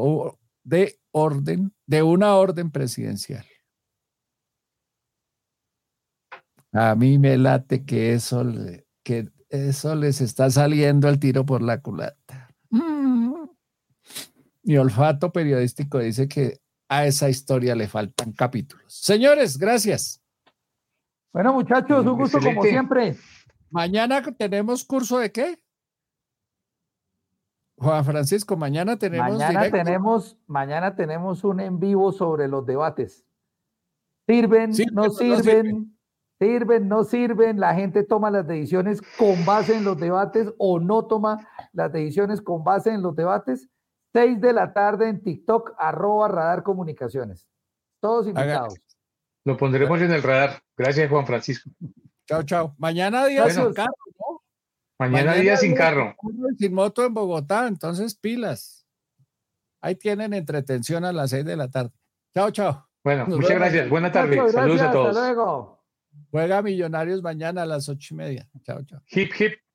una orden presidencial. A mí me late que eso les está saliendo el tiro por la culata. Mi olfato periodístico dice que a esa historia le faltan capítulos. Señores, gracias. Bueno, muchachos, un gusto como siempre. Mañana tenemos curso de ¿qué? Juan Francisco, mañana tenemos mañana tenemos un en vivo sobre los debates. ¿Sirven? ¿No sirven? ¿Sirven? ¿No sirven? ¿La gente toma las decisiones con base en los debates o no toma las decisiones con base en los debates? 6 de la tarde en TikTok, @Radar Comunicaciones. Todos invitados. Lo pondremos en el radar. Gracias, Juan Francisco. Chao, chao. Mañana día sin carro, ¿no? Mañana día sin carro. Sin moto en Bogotá, entonces pilas. Ahí tienen entretención a las 6 de la tarde. Chao, chao. Bueno, muchas gracias. Buena tarde. Saludos a todos. Hasta luego. Juega Millonarios mañana a las 8:30. Chao, chao. Hip, hip.